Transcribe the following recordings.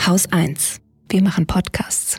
Haus 1. Wir machen Podcasts.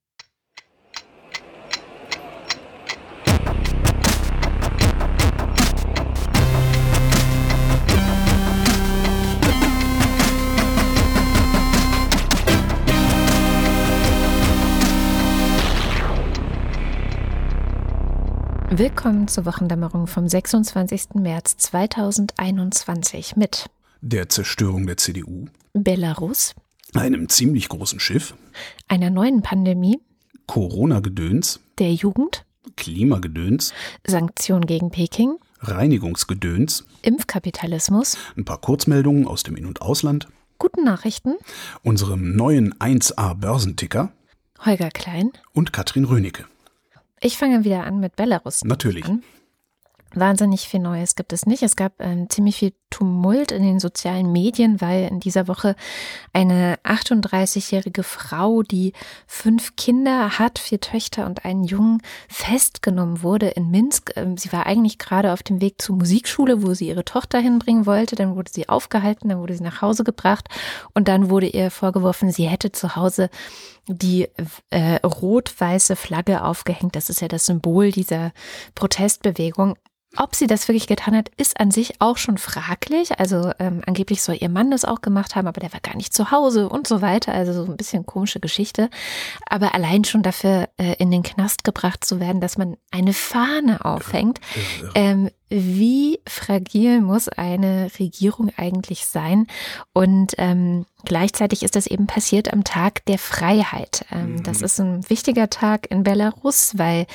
Willkommen zur Wochendämmerung vom 26. März 2021 mit der Zerstörung der CDU, Belarus, einem ziemlich großen Schiff, einer neuen Pandemie, Corona-Gedöns, der Jugend, Klimagedöns, Sanktionen gegen Peking, Reinigungsgedöns, Impfkapitalismus, ein paar Kurzmeldungen aus dem In- und Ausland, guten Nachrichten, unserem neuen 1A-Börsenticker, Holger Klein und Katrin Rönecke. Ich fange wieder an mit Belarus. Natürlich. Wahnsinnig viel Neues gibt es nicht. Es gab ziemlich viel Tumult in den sozialen Medien, weil in dieser Woche eine 38-jährige Frau, die 5 Kinder hat, 4 Töchter und einen Jungen, festgenommen wurde in Minsk. Sie war eigentlich gerade auf dem Weg zur Musikschule, wo sie ihre Tochter hinbringen wollte. Dann wurde sie aufgehalten, dann wurde sie nach Hause gebracht und dann wurde ihr vorgeworfen, sie hätte zu Hause die rot-weiße Flagge aufgehängt. Das ist ja das Symbol dieser Protestbewegung. Ob sie das wirklich getan hat, ist an sich auch schon fraglich. Also angeblich soll ihr Mann das auch gemacht haben, aber der war gar nicht zu Hause und so weiter. Also so ein bisschen komische Geschichte. Aber allein schon dafür in den Knast gebracht zu werden, dass man eine Fahne aufhängt. Wie fragil muss eine Regierung eigentlich sein? Und gleichzeitig ist das eben passiert am Tag der Freiheit. Das ist ein wichtiger Tag in Belarus, weil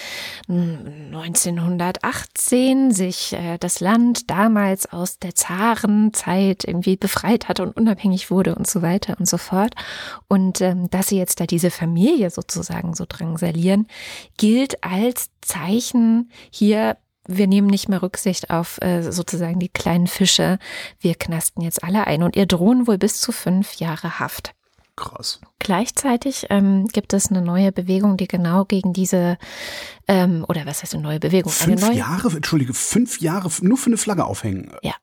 1918 sich das Land damals aus der Zarenzeit irgendwie befreit hatte und unabhängig wurde und so weiter und so fort. Und dass sie jetzt da diese Familie sozusagen so drangsalieren, gilt als Zeichen hier: Wir nehmen nicht mehr Rücksicht auf sozusagen die kleinen Fische. Wir knasten jetzt alle ein und ihr drohen wohl bis zu 5 Jahre Haft. Krass. Gleichzeitig gibt es eine neue Bewegung, die genau gegen diese, oder was heißt eine neue Bewegung? 5 Jahre nur für eine Flagge aufhängen? Ja.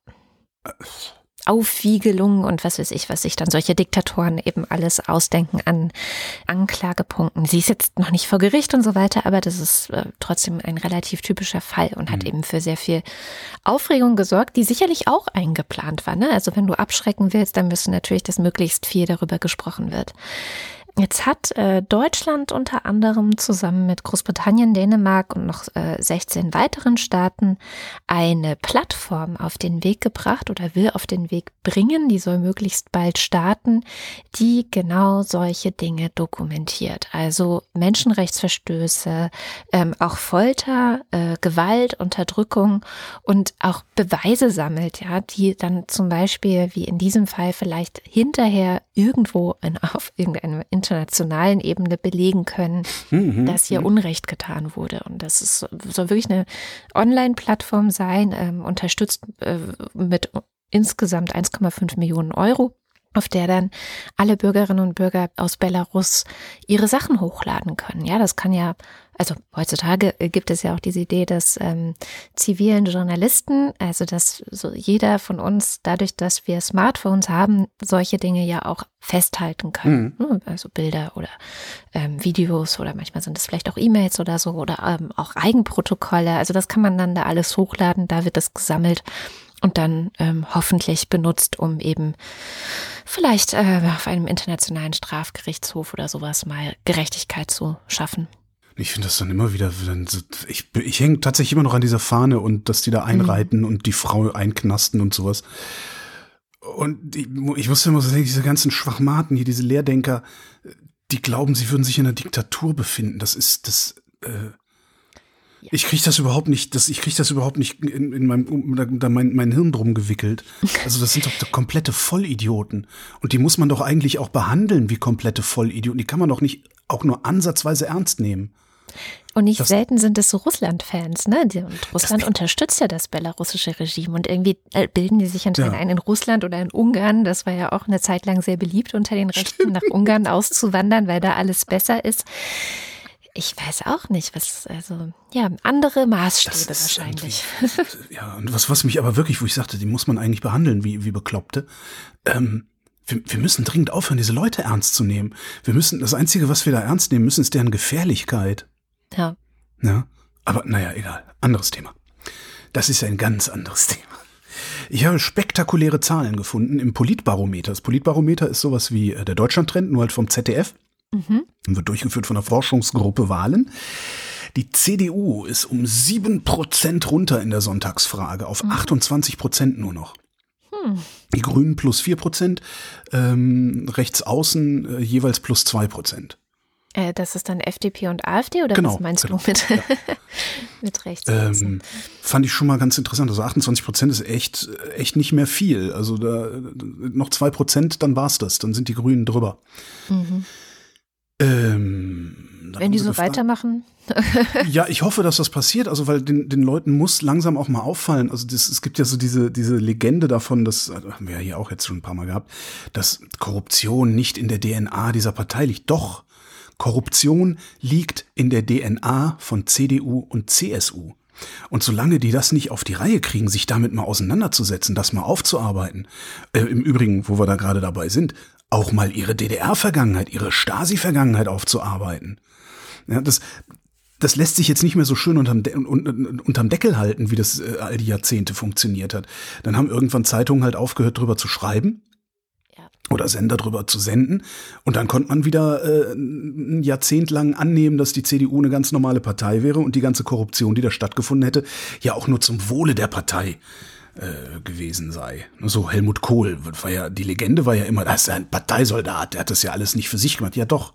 Aufwiegelung und was weiß ich, was sich dann solche Diktatoren eben alles ausdenken an Anklagepunkten. Sie ist jetzt noch nicht vor Gericht und so weiter, aber das ist trotzdem ein relativ typischer Fall und hat eben für sehr viel Aufregung gesorgt, die sicherlich auch eingeplant war. Ne? Also wenn du abschrecken willst, dann müsste natürlich, dass möglichst viel darüber gesprochen wird. Jetzt hat Deutschland unter anderem zusammen mit Großbritannien, Dänemark und noch 16 weiteren Staaten eine Plattform auf den Weg gebracht oder will auf den Weg bringen, die soll möglichst bald starten, die genau solche Dinge dokumentiert. Also Menschenrechtsverstöße, auch Folter, Gewalt, Unterdrückung und auch Beweise sammelt, ja, die dann zum Beispiel, wie in diesem Fall, vielleicht hinterher irgendwo auf irgendeinem internationalen Ebene belegen können, dass hier Unrecht getan wurde. Und das soll wirklich eine Online-Plattform sein, unterstützt mit insgesamt 1,5 Millionen Euro, auf der dann alle Bürgerinnen und Bürger aus Belarus ihre Sachen hochladen können. Ja, das kann ja, also heutzutage gibt es ja auch diese Idee, dass zivilen Journalisten, also dass so jeder von uns, dadurch, dass wir Smartphones haben, solche Dinge ja auch festhalten können. Also Bilder oder Videos oder manchmal sind es vielleicht auch E-Mails oder so oder auch Eigenprotokolle. Also das kann man dann da alles hochladen, da wird das gesammelt und dann hoffentlich benutzt, um eben vielleicht auf einem internationalen Strafgerichtshof oder sowas mal Gerechtigkeit zu schaffen. Ich finde das dann immer wieder, ich hänge tatsächlich immer noch an dieser Fahne und dass die da einreiten und die Frau einknasten und sowas. Und ich muss immer so denken, diese ganzen Schwachmaten hier, diese Lehrdenker, die glauben, sie würden sich in einer Diktatur befinden. Ich kriege das überhaupt nicht, in mein Hirn drum gewickelt. Also das sind doch komplette Vollidioten. Und die muss man doch eigentlich auch behandeln wie komplette Vollidioten. Die kann man doch nicht auch nur ansatzweise ernst nehmen. Und nicht selten sind es so Russland-Fans, ne? Und Russland unterstützt ja das belarussische Regime und irgendwie bilden die sich anscheinend ein in Russland oder in Ungarn. Das war ja auch eine Zeit lang sehr beliebt unter den Rechten, nach Ungarn auszuwandern, weil da alles besser ist. Ich weiß auch nicht, andere Maßstäbe wahrscheinlich. Ja, und was mich aber wirklich, wo ich sagte, die muss man eigentlich behandeln wie Bekloppte. wir müssen dringend aufhören, diese Leute ernst zu nehmen. Das Einzige, was wir da ernst nehmen müssen, ist deren Gefährlichkeit. Ja. Ja, aber naja, egal. Anderes Thema. Das ist ein ganz anderes Thema. Ich habe spektakuläre Zahlen gefunden im Politbarometer. Das Politbarometer ist sowas wie der Deutschlandtrend, nur halt vom ZDF. Und wird durchgeführt von der Forschungsgruppe Wahlen. Die CDU ist um 7% runter in der Sonntagsfrage, auf 28% nur noch. Die Grünen plus 4%, rechts außen jeweils plus 2%. Das ist dann FDP und AfD oder genau, was meinst genau. du mit, mit rechts außen? Fand ich schon mal ganz interessant. Also 28% ist echt nicht mehr viel. Also da noch 2%, dann war's das. Dann sind die Grünen drüber. Wenn die so weitermachen. Ja, ich hoffe, dass das passiert, also weil den Leuten muss langsam auch mal auffallen. Also es gibt ja so diese Legende davon, das haben wir ja hier auch jetzt schon ein paar Mal gehabt, dass Korruption nicht in der DNA dieser Partei liegt. Doch, Korruption liegt in der DNA von CDU und CSU. Und solange die das nicht auf die Reihe kriegen, sich damit mal auseinanderzusetzen, das mal aufzuarbeiten, im Übrigen, wo wir da gerade dabei sind, auch mal ihre DDR-Vergangenheit, ihre Stasi-Vergangenheit aufzuarbeiten. Ja, das lässt sich jetzt nicht mehr so schön unterm Deckel halten, wie das all die Jahrzehnte funktioniert hat. Dann haben irgendwann Zeitungen halt aufgehört, drüber zu schreiben. Oder Sender drüber zu senden. Und dann konnte man wieder ein Jahrzehnt lang annehmen, dass die CDU eine ganz normale Partei wäre und die ganze Korruption, die da stattgefunden hätte, ja auch nur zum Wohle der Partei gewesen sei. So Helmut Kohl, die Legende war ja immer, das ist ein Parteisoldat, der hat das ja alles nicht für sich gemacht. Ja doch.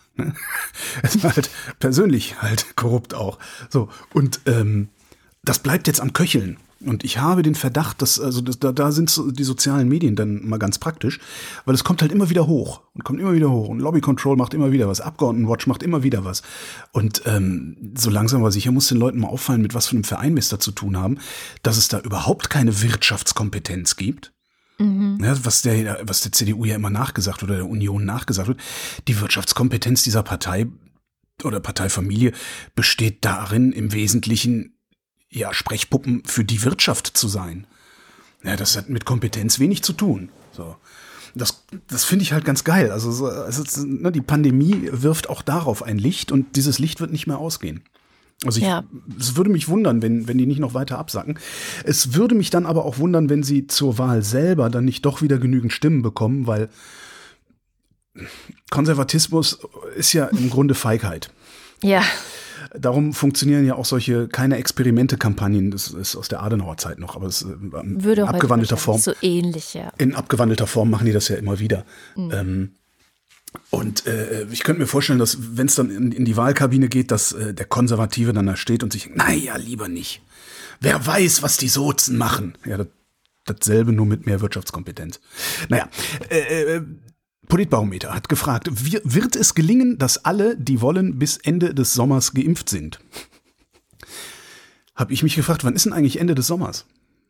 Es war halt persönlich halt korrupt auch. So, und das bleibt jetzt am Köcheln. Und ich habe den Verdacht, da sind die sozialen Medien dann mal ganz praktisch, weil es kommt halt immer wieder hoch und kommt immer wieder hoch und Lobby Control macht immer wieder was, Abgeordnetenwatch macht immer wieder was. Und so langsam aber sicher muss den Leuten mal auffallen, mit was für einem Verein wir es da zu tun haben, dass es da überhaupt keine Wirtschaftskompetenz gibt. Ja, was der CDU ja immer nachgesagt oder der Union nachgesagt wird. Die Wirtschaftskompetenz dieser Partei oder Parteifamilie besteht darin, im Wesentlichen ja, Sprechpuppen für die Wirtschaft zu sein. Ja, das hat mit Kompetenz wenig zu tun. So. Das finde ich halt ganz geil. Also die Pandemie wirft auch darauf ein Licht und dieses Licht wird nicht mehr ausgehen. Also es würde mich wundern, wenn die nicht noch weiter absacken. Es würde mich dann aber auch wundern, wenn sie zur Wahl selber dann nicht doch wieder genügend Stimmen bekommen, weil Konservatismus ist ja im Grunde Feigheit. Ja. Darum funktionieren ja auch solche keine Experimente-Kampagnen, das ist aus der Adenauer-Zeit noch, aber es würde in abgewandelter Form. So ähnlich, ja. In abgewandelter Form machen die das ja immer wieder. Und ich könnte mir vorstellen, dass wenn es dann in die Wahlkabine geht, dass der Konservative dann da steht und sich denkt, naja, lieber nicht. Wer weiß, was die Sozen machen. Ja, dasselbe nur mit mehr Wirtschaftskompetenz. Naja, Politbarometer hat gefragt, wird es gelingen, dass alle, die wollen, bis Ende des Sommers geimpft sind? Habe ich mich gefragt, wann ist denn eigentlich Ende des Sommers?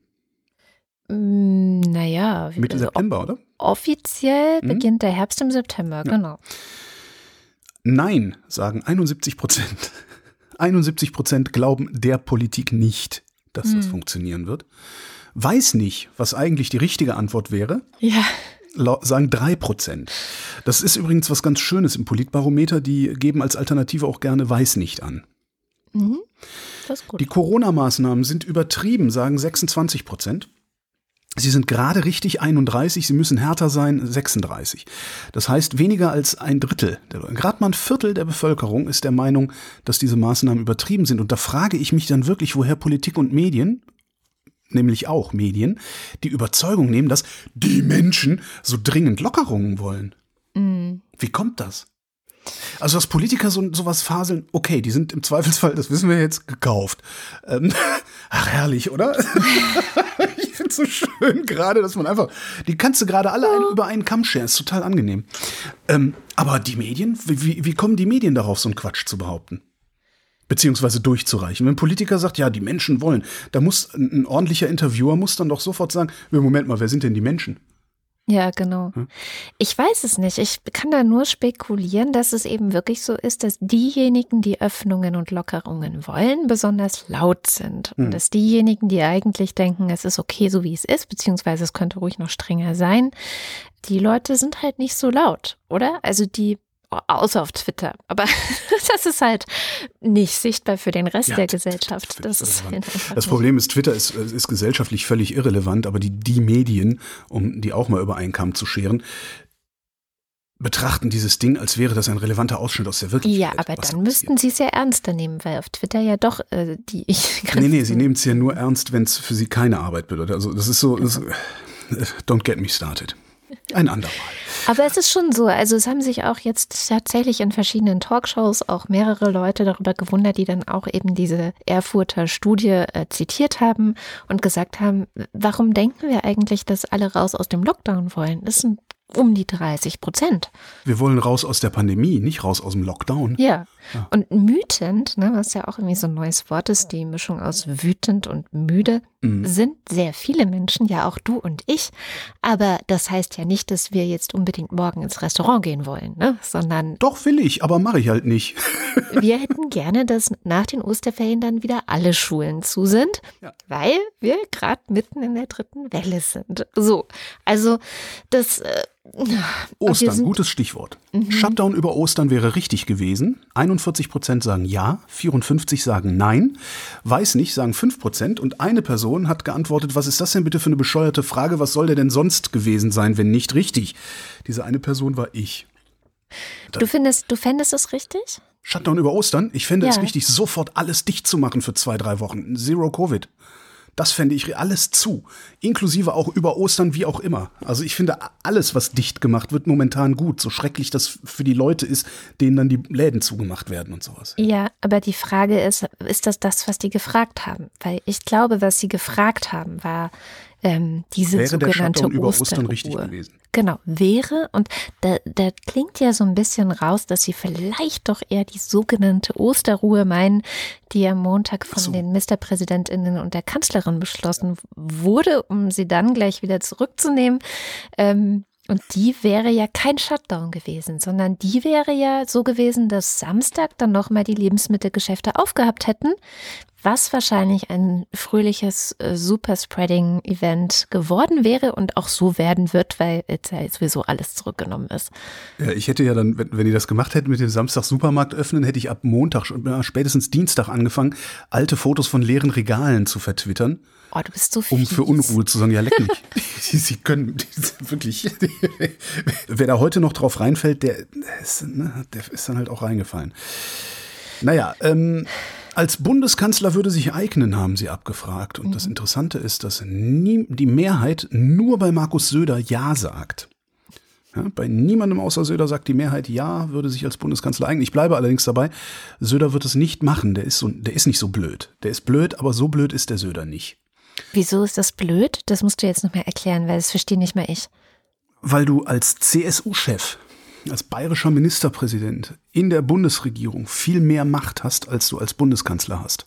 Naja. Mitte September, oder? Offiziell beginnt der Herbst im September, genau. Nein, sagen 71%. 71% glauben der Politik nicht, dass das funktionieren wird. Weiß nicht, was eigentlich die richtige Antwort wäre. Ja. Sagen 3%. Das ist übrigens was ganz Schönes im Politbarometer. Die geben als Alternative auch gerne weiß nicht an. Das ist gut. Die Corona-Maßnahmen sind übertrieben, sagen 26%. Sie sind gerade richtig 31, sie müssen härter sein 36. Das heißt, weniger als ein Drittel, gerade mal ein Viertel der Bevölkerung ist der Meinung, dass diese Maßnahmen übertrieben sind. Und da frage ich mich dann wirklich, woher Politik und Medien, nämlich auch Medien, die Überzeugung nehmen, dass die Menschen so dringend Lockerungen wollen. Wie kommt das? Also, dass Politiker sowas faseln, okay, die sind im Zweifelsfall, das wissen wir jetzt, gekauft. Ach, herrlich, oder? Ich finde es so schön gerade, dass man einfach, die kannst du gerade alle über einen Kamm scheren, ist total angenehm. Aber die Medien, wie kommen die Medien darauf, so einen Quatsch zu behaupten? Beziehungsweise durchzureichen. Wenn ein Politiker sagt, ja, die Menschen wollen, da muss ein ordentlicher Interviewer muss dann doch sofort sagen, Moment mal, wer sind denn die Menschen? Ja, genau. Ich weiß es nicht. Ich kann da nur spekulieren, dass es eben wirklich so ist, dass diejenigen, die Öffnungen und Lockerungen wollen, besonders laut sind. Und dass diejenigen, die eigentlich denken, es ist okay, so wie es ist, beziehungsweise es könnte ruhig noch strenger sein, die Leute sind halt nicht so laut, oder? Also die, außer auf Twitter. Aber das ist halt nicht sichtbar für den Rest der Gesellschaft. Das Problem ist, Twitter ist gesellschaftlich völlig irrelevant, aber die Medien, um die auch mal über einen Kamm zu scheren, betrachten dieses Ding, als wäre das ein relevanter Ausschnitt aus der Wirklichkeit. Ja, aber dann müssten sie es ja ernster nehmen, weil auf Twitter ja doch Nee, sie nehmen es ja nur ernst, wenn es für sie keine Arbeit bedeutet. Also das ist so, don't get me started. Ein andermal. Aber es ist schon so, also es haben sich auch jetzt tatsächlich in verschiedenen Talkshows auch mehrere Leute darüber gewundert, die dann auch eben diese Erfurter Studie zitiert haben und gesagt haben, warum denken wir eigentlich, dass alle raus aus dem Lockdown wollen? Das sind um die 30%. Wir wollen raus aus der Pandemie, nicht raus aus dem Lockdown. Ja. Und wütend, ne, was ja auch irgendwie so ein neues Wort ist, die Mischung aus wütend und müde, sind sehr viele Menschen, ja auch du und ich. Aber das heißt ja nicht, dass wir jetzt unbedingt morgen ins Restaurant gehen wollen, ne, sondern... Doch, will ich, aber mache ich halt nicht. Wir hätten gerne, dass nach den Osterferien dann wieder alle Schulen zu sind, weil wir gerade mitten in der 3. Welle sind. So, also das... Ostern, gutes Stichwort. Shutdown über Ostern wäre richtig gewesen. 41% sagen ja, 54% sagen nein. Weiß nicht, sagen 5%. Und eine Person hat geantwortet, was ist das denn bitte für eine bescheuerte Frage? Was soll der denn sonst gewesen sein, wenn nicht richtig? Diese eine Person war ich. Du fändest es richtig? Shutdown über Ostern? Ich fände es richtig, sofort alles dicht zu machen für 2-3 Wochen. Zero Covid. Das fände ich alles zu. Inklusive auch über Ostern, wie auch immer. Also ich finde, alles, was dicht gemacht wird, momentan gut. So schrecklich das für die Leute ist, denen dann die Läden zugemacht werden und sowas. Ja, aber die Frage ist das, was die gefragt haben? Weil ich glaube, was sie gefragt haben, war diese wäre sogenannte der Shutdown über Ostern Osterruhe. richtig gewesen? Genau, wäre. Und da klingt ja so ein bisschen raus, dass sie vielleicht doch eher die sogenannte Osterruhe meinen, die am Montag von den Ministerpräsidentinnen und der Kanzlerin beschlossen wurde, um sie dann gleich wieder zurückzunehmen. Und die wäre ja kein Shutdown gewesen, sondern die wäre ja so gewesen, dass Samstag dann nochmal die Lebensmittelgeschäfte aufgehabt hätten, was wahrscheinlich ein fröhliches Superspreading-Event geworden wäre und auch so werden wird, weil jetzt ja sowieso alles zurückgenommen ist. Ja, ich hätte ja dann, wenn die das gemacht hätten mit dem Samstag Supermarkt öffnen, hätte ich ab Montag, spätestens Dienstag angefangen, alte Fotos von leeren Regalen zu vertwittern. Oh, du bist so fies. Um für Unruhe zu sagen, ja, leck mich. Sie können wirklich, wer da heute noch drauf reinfällt, der ist dann halt auch reingefallen. Naja, als Bundeskanzler würde sich eignen, haben sie abgefragt. Und das Interessante ist, dass die Mehrheit nur bei Markus Söder Ja sagt. Ja, bei niemandem außer Söder sagt die Mehrheit Ja, würde sich als Bundeskanzler eignen. Ich bleibe allerdings dabei, Söder wird es nicht machen. Der ist nicht so blöd. Der ist blöd, aber so blöd ist der Söder nicht. Wieso ist das blöd? Das musst du jetzt noch mal erklären, weil das verstehe nicht mal ich. Weil du als CSU-Chef, als bayerischer Ministerpräsident in der Bundesregierung viel mehr Macht hast, als du als Bundeskanzler hast.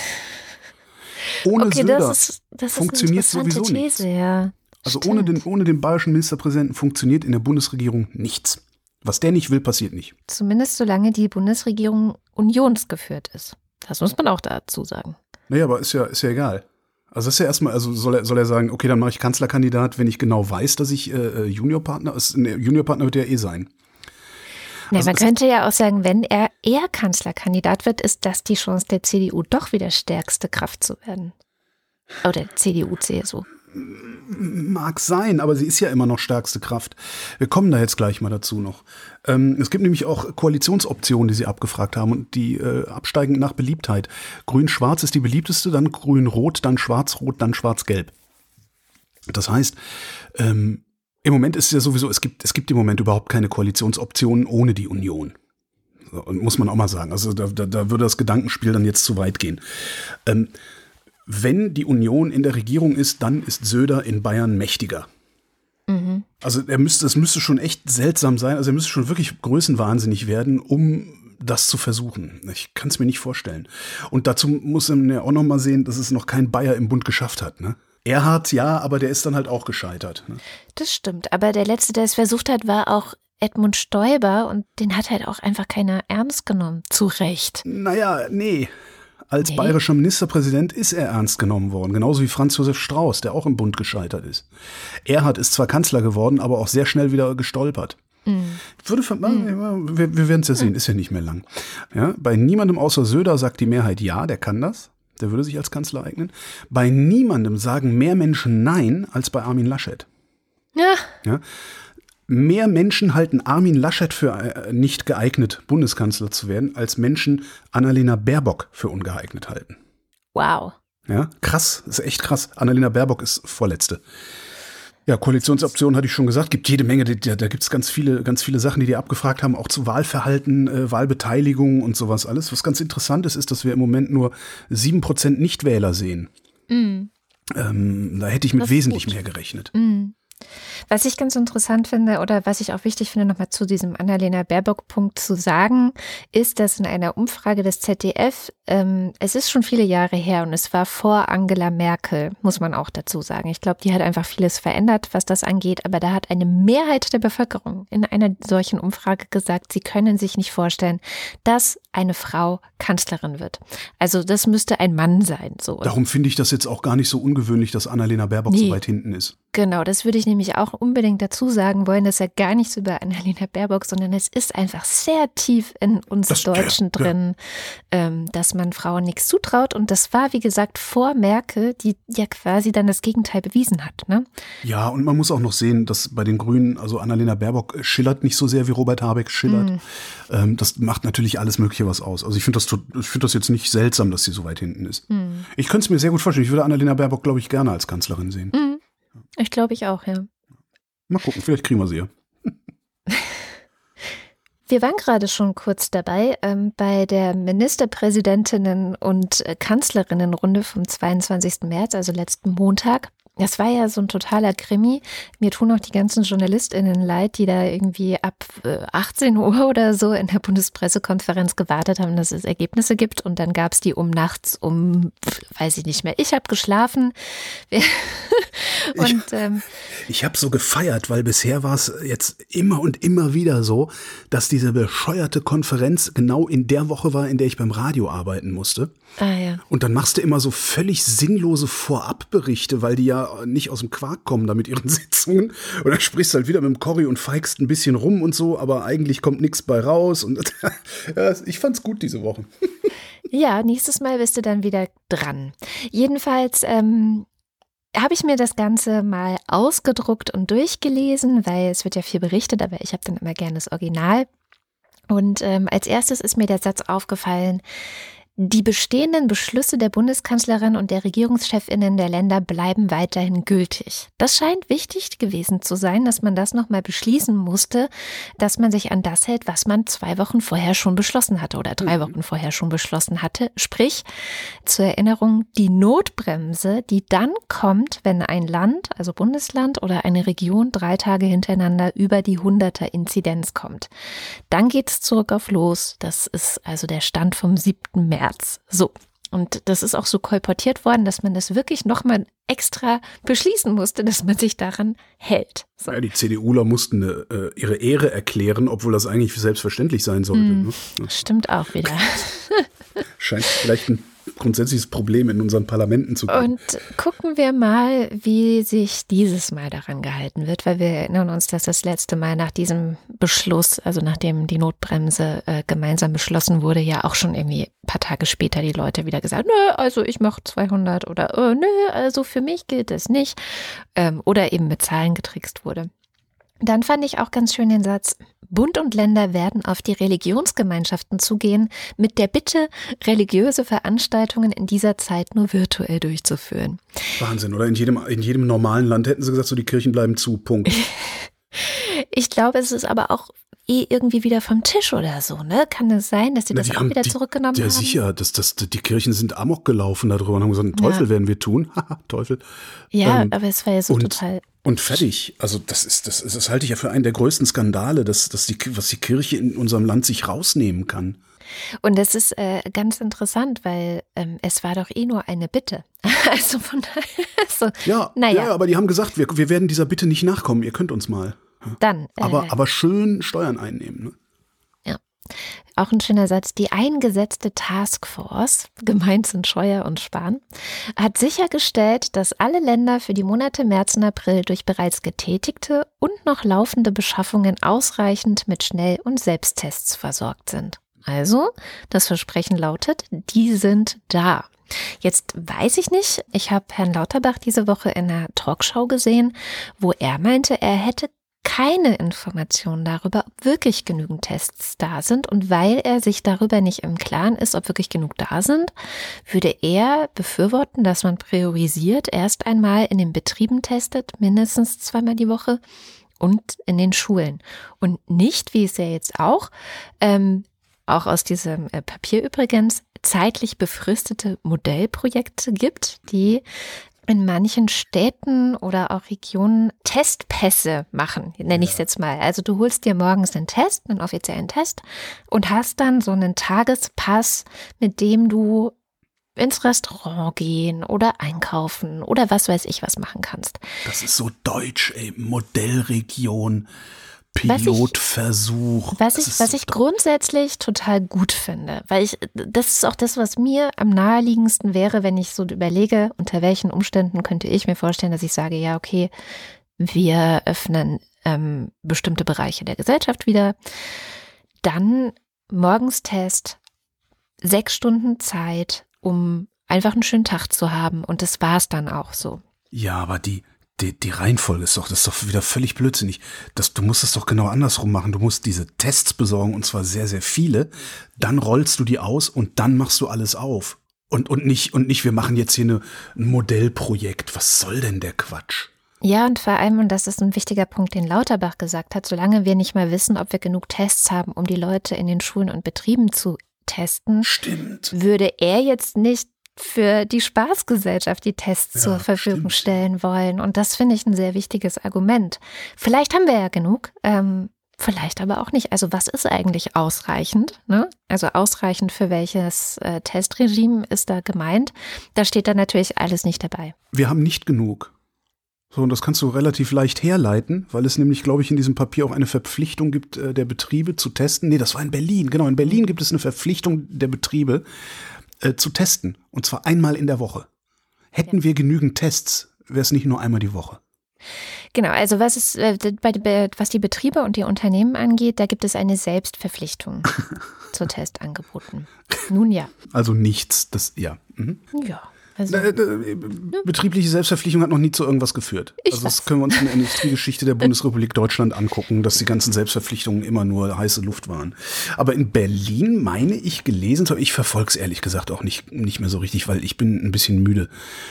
Ohne Söder das funktioniert ist eine sowieso These, nichts. ja. Also ohne den bayerischen Ministerpräsidenten funktioniert in der Bundesregierung nichts. Was der nicht will, passiert nicht. Zumindest solange die Bundesregierung unionsgeführt ist. Das muss man auch dazu sagen. Naja, aber ist ja egal. Also das ist ja erstmal, also soll er sagen, okay, dann mache ich Kanzlerkandidat, wenn ich genau weiß, dass ich Juniorpartner wird er sein. Ja, Also man könnte ja auch sagen, wenn er Kanzlerkandidat wird, ist das die Chance der CDU doch wieder stärkste Kraft zu werden. Oder CDU, CSU. Mag sein, aber sie ist ja immer noch stärkste Kraft. Wir kommen da jetzt gleich mal dazu noch. Es gibt nämlich auch Koalitionsoptionen, die sie abgefragt haben und die absteigen nach Beliebtheit. Grün-Schwarz ist die beliebteste, dann Grün-Rot, dann Schwarz-Rot, dann Schwarz-Gelb. Das heißt, im Moment ist es ja sowieso, es gibt im Moment überhaupt keine Koalitionsoptionen ohne die Union. Und muss man auch mal sagen. Also da würde das Gedankenspiel dann jetzt zu weit gehen. Wenn die Union in der Regierung ist, dann ist Söder in Bayern mächtiger. Mhm. Also das müsste schon echt seltsam sein. Also er müsste schon wirklich größenwahnsinnig werden, um das zu versuchen. Ich kann es mir nicht vorstellen. Und dazu muss man ja auch noch mal sehen, dass es noch kein Bayer im Bund geschafft hat. Ne? Erhard, ja, aber der ist dann halt auch gescheitert. Ne? Das stimmt, aber der Letzte, der es versucht hat, war auch Edmund Stoiber und den hat halt auch einfach keiner ernst genommen, zu Recht. Naja, nee. Als bayerischer Ministerpräsident ist er ernst genommen worden, genauso wie Franz Josef Strauß, der auch im Bund gescheitert ist. Erhard ist zwar Kanzler geworden, aber auch sehr schnell wieder gestolpert. Wir werden es ja sehen, ist ja nicht mehr lang. Ja, bei niemandem außer Söder sagt die Mehrheit ja, der kann das. Der würde sich als Kanzler eignen. Bei niemandem sagen mehr Menschen nein als bei Armin Laschet. Ja. Mehr Menschen halten Armin Laschet für nicht geeignet, Bundeskanzler zu werden, als Menschen Annalena Baerbock für ungeeignet halten. Wow. Ja, krass, ist echt krass. Annalena Baerbock ist Vorletzte. Ja, Koalitionsoptionen hatte ich schon gesagt, gibt jede Menge, da gibt es ganz viele Sachen, die abgefragt haben, auch zu Wahlverhalten, Wahlbeteiligung und sowas alles. Was ganz interessant ist, dass wir im Moment nur 7% Nichtwähler sehen. Da hätte ich mit wesentlich mehr gerechnet. Was ich ganz interessant finde oder was ich auch wichtig finde, nochmal zu diesem Annalena Baerbock-Punkt zu sagen, ist, dass in einer Umfrage des ZDF, es ist schon viele Jahre her und es war vor Angela Merkel, muss man auch dazu sagen. Ich glaube, die hat einfach vieles verändert, was das angeht, aber da hat eine Mehrheit der Bevölkerung in einer solchen Umfrage gesagt, sie können sich nicht vorstellen, dass eine Frau Kanzlerin wird. Also das müsste ein Mann sein. So. Darum finde ich das jetzt auch gar nicht so ungewöhnlich, dass Annalena Baerbock so weit hinten ist. Genau, das würde ich nämlich auch unbedingt dazu sagen wollen, dass ja gar nichts über Annalena Baerbock, sondern es ist einfach sehr tief in uns Deutschen drin, dass man Frauen nichts zutraut. Und das war, wie gesagt, vor Merkel, die ja quasi dann das Gegenteil bewiesen hat. Ne? Ja, und man muss auch noch sehen, dass bei den Grünen, also Annalena Baerbock schillert nicht so sehr, wie Robert Habeck schillert. Das macht natürlich alles Mögliche was aus. Also ich finde das jetzt nicht seltsam, dass sie so weit hinten ist. Ich könnte es mir sehr gut vorstellen. Ich würde Annalena Baerbock, glaube ich, gerne als Kanzlerin sehen. Ich glaube ich auch, ja. Mal gucken, vielleicht kriegen wir sie ja. Wir waren gerade schon kurz dabei bei der Ministerpräsidentinnen- und Kanzlerinnenrunde vom 22. März, also letzten Montag. Das war ja so ein totaler Krimi. Mir tun auch die ganzen JournalistInnen leid, die da irgendwie ab 18 Uhr oder so in der Bundespressekonferenz gewartet haben, dass es Ergebnisse gibt. Und dann gab es die nachts weiß ich nicht mehr. Ich habe geschlafen. Ich habe so gefeiert, weil bisher war es jetzt immer und immer wieder so, dass diese bescheuerte Konferenz genau in der Woche war, in der ich beim Radio arbeiten musste. Ja. Und dann machst du immer so völlig sinnlose Vorabberichte, weil die ja nicht aus dem Quark kommen da mit ihren Sitzungen. Und dann sprichst du halt wieder mit dem Corrie und feigst ein bisschen rum und so, aber eigentlich kommt nichts bei raus. Und ja, ich fand's gut diese Woche. Ja, nächstes Mal bist du dann wieder dran. Jedenfalls habe ich mir das Ganze mal ausgedruckt und durchgelesen, weil es wird ja viel berichtet, aber ich habe dann immer gerne das Original. Und als erstes ist mir der Satz aufgefallen: Die bestehenden Beschlüsse der Bundeskanzlerin und der Regierungschefinnen der Länder bleiben weiterhin gültig. Das scheint wichtig gewesen zu sein, dass man das nochmal beschließen musste, dass man sich an das hält, was man 2 Wochen vorher schon beschlossen hatte oder 3 Wochen vorher schon beschlossen hatte. Sprich, zur Erinnerung, die Notbremse, die dann kommt, wenn ein Land, also Bundesland oder eine Region 3 Tage hintereinander über die 100er-Inzidenz kommt. Dann geht es zurück auf los. Das ist also der Stand vom 7. März. So, und das ist auch so kolportiert worden, dass man das wirklich nochmal extra beschließen musste, dass man sich daran hält. So. Ja, die CDUler mussten ihre Ehre erklären, obwohl das eigentlich selbstverständlich sein sollte. Ne? Stimmt auch wieder. Scheint vielleicht ein grundsätzliches Problem in unseren Parlamenten zu geben. Und gucken wir mal, wie sich dieses Mal daran gehalten wird, weil wir erinnern uns, dass das letzte Mal nach diesem Beschluss, also nachdem die Notbremse gemeinsam beschlossen wurde, ja auch schon irgendwie ein paar Tage später die Leute wieder gesagt, nö, also ich mache 200 oder nö, also für mich gilt das nicht, oder eben mit Zahlen getrickst wurde. Dann fand ich auch ganz schön den Satz: Bund und Länder werden auf die Religionsgemeinschaften zugehen, mit der Bitte, religiöse Veranstaltungen in dieser Zeit nur virtuell durchzuführen. Wahnsinn, oder? In jedem normalen Land hätten sie gesagt, so die Kirchen bleiben zu, Punkt. Ich glaube, es ist aber auch irgendwie wieder vom Tisch oder so, ne? Kann es sein, dass sie das auch wieder zurückgenommen haben? Ja, sicher. Die Kirchen sind amok gelaufen darüber und haben gesagt, Teufel werden wir tun. Haha, Teufel. Ja, aber es war ja so total... Und fertig. Also das halte ich ja für einen der größten Skandale, was die Kirche in unserem Land sich rausnehmen kann. Und das ist ganz interessant, weil es war doch eh nur eine Bitte. Also von daher, so, Ja, aber die haben gesagt, wir werden dieser Bitte nicht nachkommen, ihr könnt uns mal. Dann. Aber schön Steuern einnehmen. Ne? Ja. Auch ein schöner Satz. Die eingesetzte Taskforce, gemeint sind Scheuer und Spahn, hat sichergestellt, dass alle Länder für die Monate März und April durch bereits getätigte und noch laufende Beschaffungen ausreichend mit Schnell- und Selbsttests versorgt sind. Also, das Versprechen lautet, die sind da. Jetzt weiß ich nicht, ich habe Herrn Lauterbach diese Woche in einer Talkshow gesehen, wo er meinte, er hätte keine Informationen darüber, ob wirklich genügend Tests da sind. Und weil er sich darüber nicht im Klaren ist, ob wirklich genug da sind, würde er befürworten, dass man priorisiert erst einmal in den Betrieben testet, mindestens 2-mal die Woche und in den Schulen. Und nicht, wie es ja jetzt auch aus diesem Papier übrigens, zeitlich befristete Modellprojekte gibt, die in manchen Städten oder auch Regionen Testpässe machen, nenne ich es jetzt mal. Also du holst dir morgens einen Test, einen offiziellen Test und hast dann so einen Tagespass, mit dem du ins Restaurant gehen oder einkaufen oder was weiß ich was machen kannst. Das ist so deutsch, ey, Modellregion. Pilotversuch. Was ich grundsätzlich total gut finde, weil das ist auch das, was mir am naheliegendsten wäre, wenn ich so überlege, unter welchen Umständen könnte ich mir vorstellen, dass ich sage, ja, okay, wir öffnen bestimmte Bereiche der Gesellschaft wieder. Dann Morgenstest, 6 Stunden Zeit, um einfach einen schönen Tag zu haben und das war's dann auch so. Ja, aber die Reihenfolge das ist doch wieder völlig blödsinnig. Du musst es doch genau andersrum machen. Du musst diese Tests besorgen und zwar sehr, sehr viele. Dann rollst du die aus und dann machst du alles auf. Und nicht, wir machen jetzt hier ein Modellprojekt. Was soll denn der Quatsch? Ja, und vor allem, und das ist ein wichtiger Punkt, den Lauterbach gesagt hat, solange wir nicht mal wissen, ob wir genug Tests haben, um die Leute in den Schulen und Betrieben zu testen, Stimmt. Würde er jetzt nicht für die Spaßgesellschaft die Tests zur Verfügung stellen wollen. Und das finde ich ein sehr wichtiges Argument. Vielleicht haben wir ja genug, vielleicht aber auch nicht. Also was ist eigentlich ausreichend? Ne? Also ausreichend für welches Testregime ist da gemeint? Da steht dann natürlich alles nicht dabei. Wir haben nicht genug. So, und das kannst du relativ leicht herleiten, weil es nämlich, glaube ich, in diesem Papier auch eine Verpflichtung gibt, der Betriebe zu testen. Nee, das war in Berlin. Genau, in Berlin gibt es eine Verpflichtung der Betriebe, zu testen. Und zwar einmal in der Woche. Hätten wir genügend Tests, wäre es nicht nur einmal die Woche. Genau, also was die Betriebe und die Unternehmen angeht, da gibt es eine Selbstverpflichtung zu Testangeboten. Nun ja. Also nichts, ja. Mhm. Ja. Also, betriebliche Selbstverpflichtung hat noch nie zu irgendwas geführt. Das können wir uns in der Industriegeschichte der Bundesrepublik Deutschland angucken, dass die ganzen Selbstverpflichtungen immer nur heiße Luft waren. Aber in Berlin meine ich gelesen, ich verfolge es ehrlich gesagt auch nicht mehr so richtig, weil ich bin ein bisschen müde,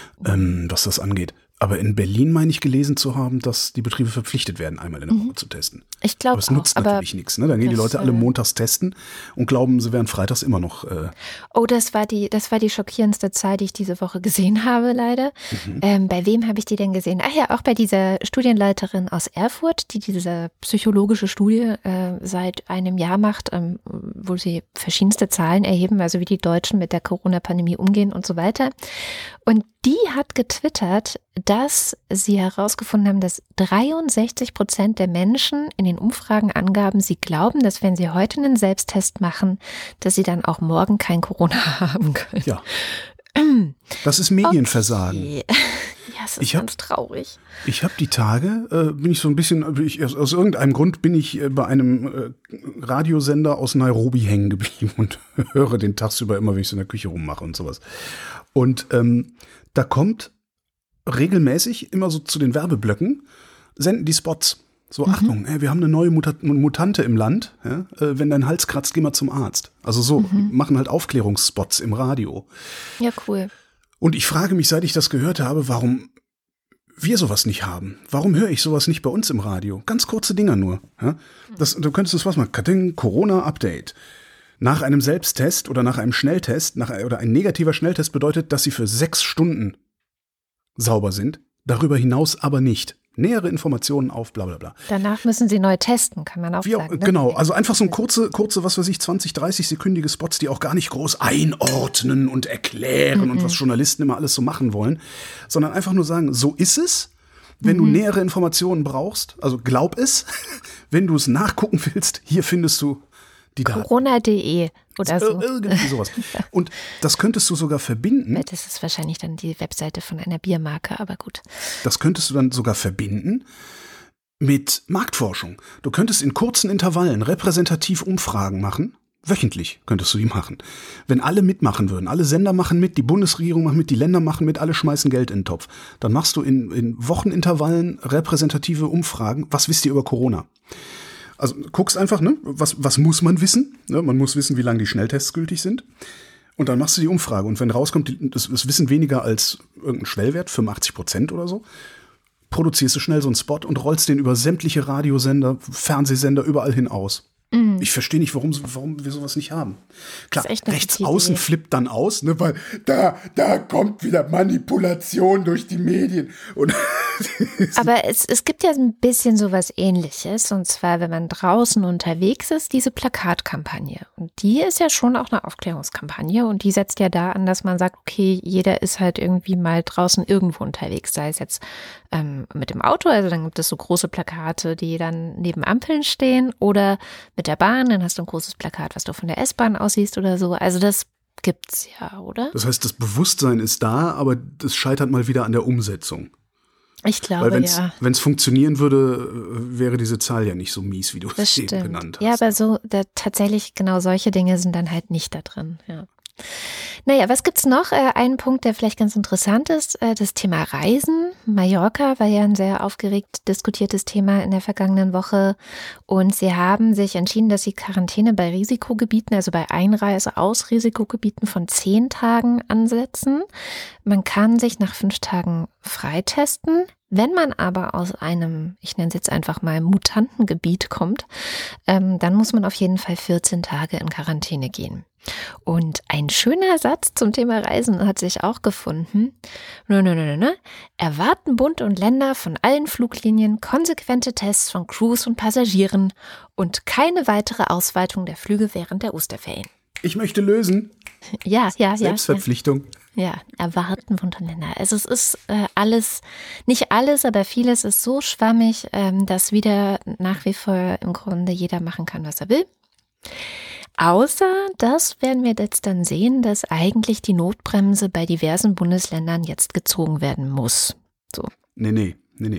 was das angeht. Aber in Berlin meine ich gelesen zu haben, dass die Betriebe verpflichtet werden, einmal in der Woche zu testen. Ich glaube auch. Aber es nutzt natürlich nichts. Ne? Dann gehen die Leute alle montags testen und glauben, sie wären freitags immer noch. Oh, das war die schockierendste Zahl, die ich diese Woche gesehen habe, leider. Bei wem habe ich die denn gesehen? Ach ja, auch bei dieser Studienleiterin aus Erfurt, die diese psychologische Studie seit einem Jahr macht, wo sie verschiedenste Zahlen erheben, also wie die Deutschen mit der Corona-Pandemie umgehen und so weiter. Und die hat getwittert, dass sie herausgefunden haben, dass 63% der Menschen in den Umfragen angaben, sie glauben, dass wenn sie heute einen Selbsttest machen, dass sie dann auch morgen kein Corona haben können. Ja. Das ist Medienversagen. Okay. Ja, es ist ganz traurig. Ich habe die Tage, bin ich so ein bisschen, aus irgendeinem Grund bin ich bei einem Radiosender aus Nairobi hängen geblieben und höre den tagsüber immer, wenn ich so in der Küche rummache und sowas. Und da kommt regelmäßig immer so zu den Werbeblöcken, senden die Spots. So, Achtung, wir haben eine neue Mutante im Land. Ja? Wenn dein Hals kratzt, geh mal zum Arzt. Also so, machen halt Aufklärungsspots im Radio. Ja, cool. Und ich frage mich, seit ich das gehört habe, warum wir sowas nicht haben. Warum höre ich sowas nicht bei uns im Radio? Ganz kurze Dinger nur. Ja? Du könntest das was machen. Corona-Update. Nach einem Selbsttest oder nach einem Schnelltest oder ein negativer Schnelltest bedeutet, dass sie für 6 Stunden sauber sind. Darüber hinaus aber nicht. Nähere Informationen auf bla bla bla. Danach müssen Sie neu testen, kann man auch sagen. Ne? Genau, also einfach so ein kurze, was weiß ich, 20, 30-sekündige Spots, die auch gar nicht groß einordnen und erklären und was Journalisten immer alles so machen wollen, sondern einfach nur sagen, so ist es. Wenn du nähere Informationen brauchst, also glaub es, wenn du es nachgucken willst, hier findest du die Daten. Corona.de oder so. Irgendwie sowas. Und das könntest du sogar verbinden. Das ist wahrscheinlich dann die Webseite von einer Biermarke, aber gut. Das könntest du dann sogar verbinden mit Marktforschung. Du könntest in kurzen Intervallen repräsentativ Umfragen machen. Wöchentlich könntest du die machen. Wenn alle mitmachen würden, alle Sender machen mit, die Bundesregierung macht mit, die Länder machen mit, alle schmeißen Geld in den Topf. Dann machst du in Wochenintervallen repräsentative Umfragen. Was wisst ihr über Corona? Also guckst einfach, ne, was muss man wissen? Ne, man muss wissen, wie lange die Schnelltests gültig sind. Und dann machst du die Umfrage. Und wenn rauskommt, das Wissen weniger als irgendein Schwellwert, 85% oder so, produzierst du schnell so einen Spot und rollst den über sämtliche Radiosender, Fernsehsender überall hin aus. Ich verstehe nicht, warum wir sowas nicht haben. Klar, rechts außen flippt dann aus, ne, weil da kommt wieder Manipulation durch die Medien. Und aber es gibt ja ein bisschen sowas Ähnliches, und zwar, wenn man draußen unterwegs ist, diese Plakatkampagne. Und die ist ja schon auch eine Aufklärungskampagne, und die setzt ja da an, dass man sagt, okay, jeder ist halt irgendwie mal draußen irgendwo unterwegs, sei es jetzt mit dem Auto, also dann gibt es so große Plakate, die dann neben Ampeln stehen, oder mit der Bahn, dann hast du ein großes Plakat, was du von der S-Bahn aussiehst oder so. Also das gibt's ja, oder? Das heißt, das Bewusstsein ist da, aber das scheitert mal wieder an der Umsetzung. Ich glaube, weil wenn es funktionieren würde, wäre diese Zahl ja nicht so mies, wie du es eben genannt hast. Ja, aber so tatsächlich genau solche Dinge sind dann halt nicht da drin, ja. Naja, was gibt's noch? Ein Punkt, der vielleicht ganz interessant ist, das Thema Reisen. Mallorca war ja ein sehr aufgeregt diskutiertes Thema in der vergangenen Woche, und sie haben sich entschieden, dass sie Quarantäne bei Risikogebieten, also bei Einreise aus Risikogebieten von 10 Tagen ansetzen. Man kann sich nach 5 Tagen freitesten. Wenn man aber aus einem, ich nenne es jetzt einfach mal Mutantengebiet kommt, dann muss man auf jeden Fall 14 Tage in Quarantäne gehen. Und ein schöner Satz zum Thema Reisen hat sich auch gefunden. Erwarten Bund und Länder von allen Fluglinien konsequente Tests von Crews und Passagieren und keine weitere Ausweitung der Flüge während der Osterferien. Ich möchte lösen. Ja. Selbstverpflichtung. Ja, erwarten Bund und Länder. Also es ist alles, nicht alles, aber vieles ist so schwammig, dass wieder nach wie vor im Grunde jeder machen kann, was er will. Außer, das werden wir jetzt dann sehen, dass eigentlich die Notbremse bei diversen Bundesländern jetzt gezogen werden muss. So. Nee.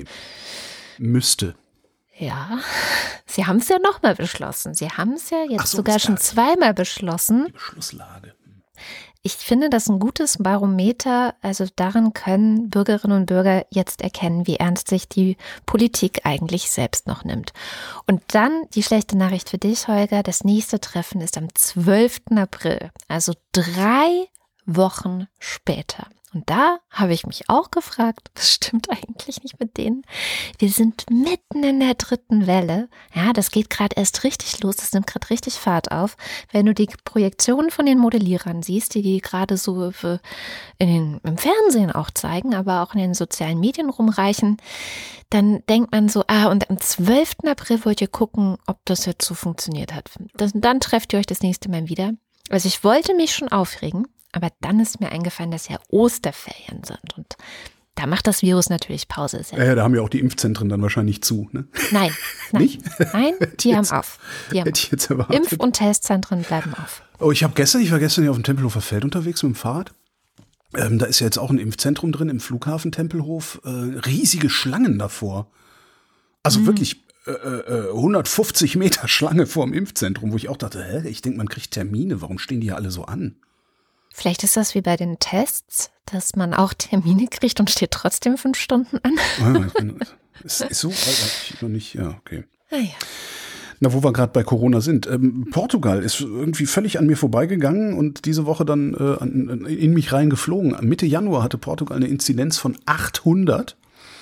Müsste. Ja, sie haben es ja nochmal beschlossen. Sie haben es ja jetzt sogar schon zweimal beschlossen. Die Beschlusslage. Ich finde das ein gutes Barometer, also daran können Bürgerinnen und Bürger jetzt erkennen, wie ernst sich die Politik eigentlich selbst noch nimmt. Und dann die schlechte Nachricht für dich, Holger, das nächste Treffen ist am 12. April, also 3 Wochen später. Und da habe ich mich auch gefragt, was stimmt eigentlich nicht mit denen? Wir sind mitten in der 3. Welle. Ja, das geht gerade erst richtig los, das nimmt gerade richtig Fahrt auf. Wenn du die Projektionen von den Modellierern siehst, die gerade so im Fernsehen auch zeigen, aber auch in den sozialen Medien rumreichen, dann denkt man so, und am 12. April wollt ihr gucken, ob das jetzt so funktioniert hat. Dann trefft ihr euch das nächste Mal wieder. Also ich wollte mich schon aufregen, aber dann ist mir eingefallen, dass ja Osterferien sind, und da macht das Virus natürlich Pause. Ja, da haben ja auch die Impfzentren dann wahrscheinlich zu, ne? Nein. Nicht? Nein, die haben auf. Hätte ich jetzt erwartet. Impf- und Testzentren bleiben auf. Oh, ich war gestern ja auf dem Tempelhofer Feld unterwegs mit dem Fahrrad. Da ist ja jetzt auch ein Impfzentrum drin im Flughafen Tempelhof. Riesige Schlangen davor. Also wirklich 150 Meter Schlange vor dem Impfzentrum, wo ich auch dachte, ich denke, man kriegt Termine. Warum stehen die ja alle so an? Vielleicht ist das wie bei den Tests, dass man auch Termine kriegt und steht trotzdem 5 Stunden an. Ist so? Ich noch nicht, ja, okay. Ah, ja. Na, wo wir gerade bei Corona sind. Portugal ist irgendwie völlig an mir vorbeigegangen und diese Woche dann in mich reingeflogen. Mitte Januar hatte Portugal eine Inzidenz von 800.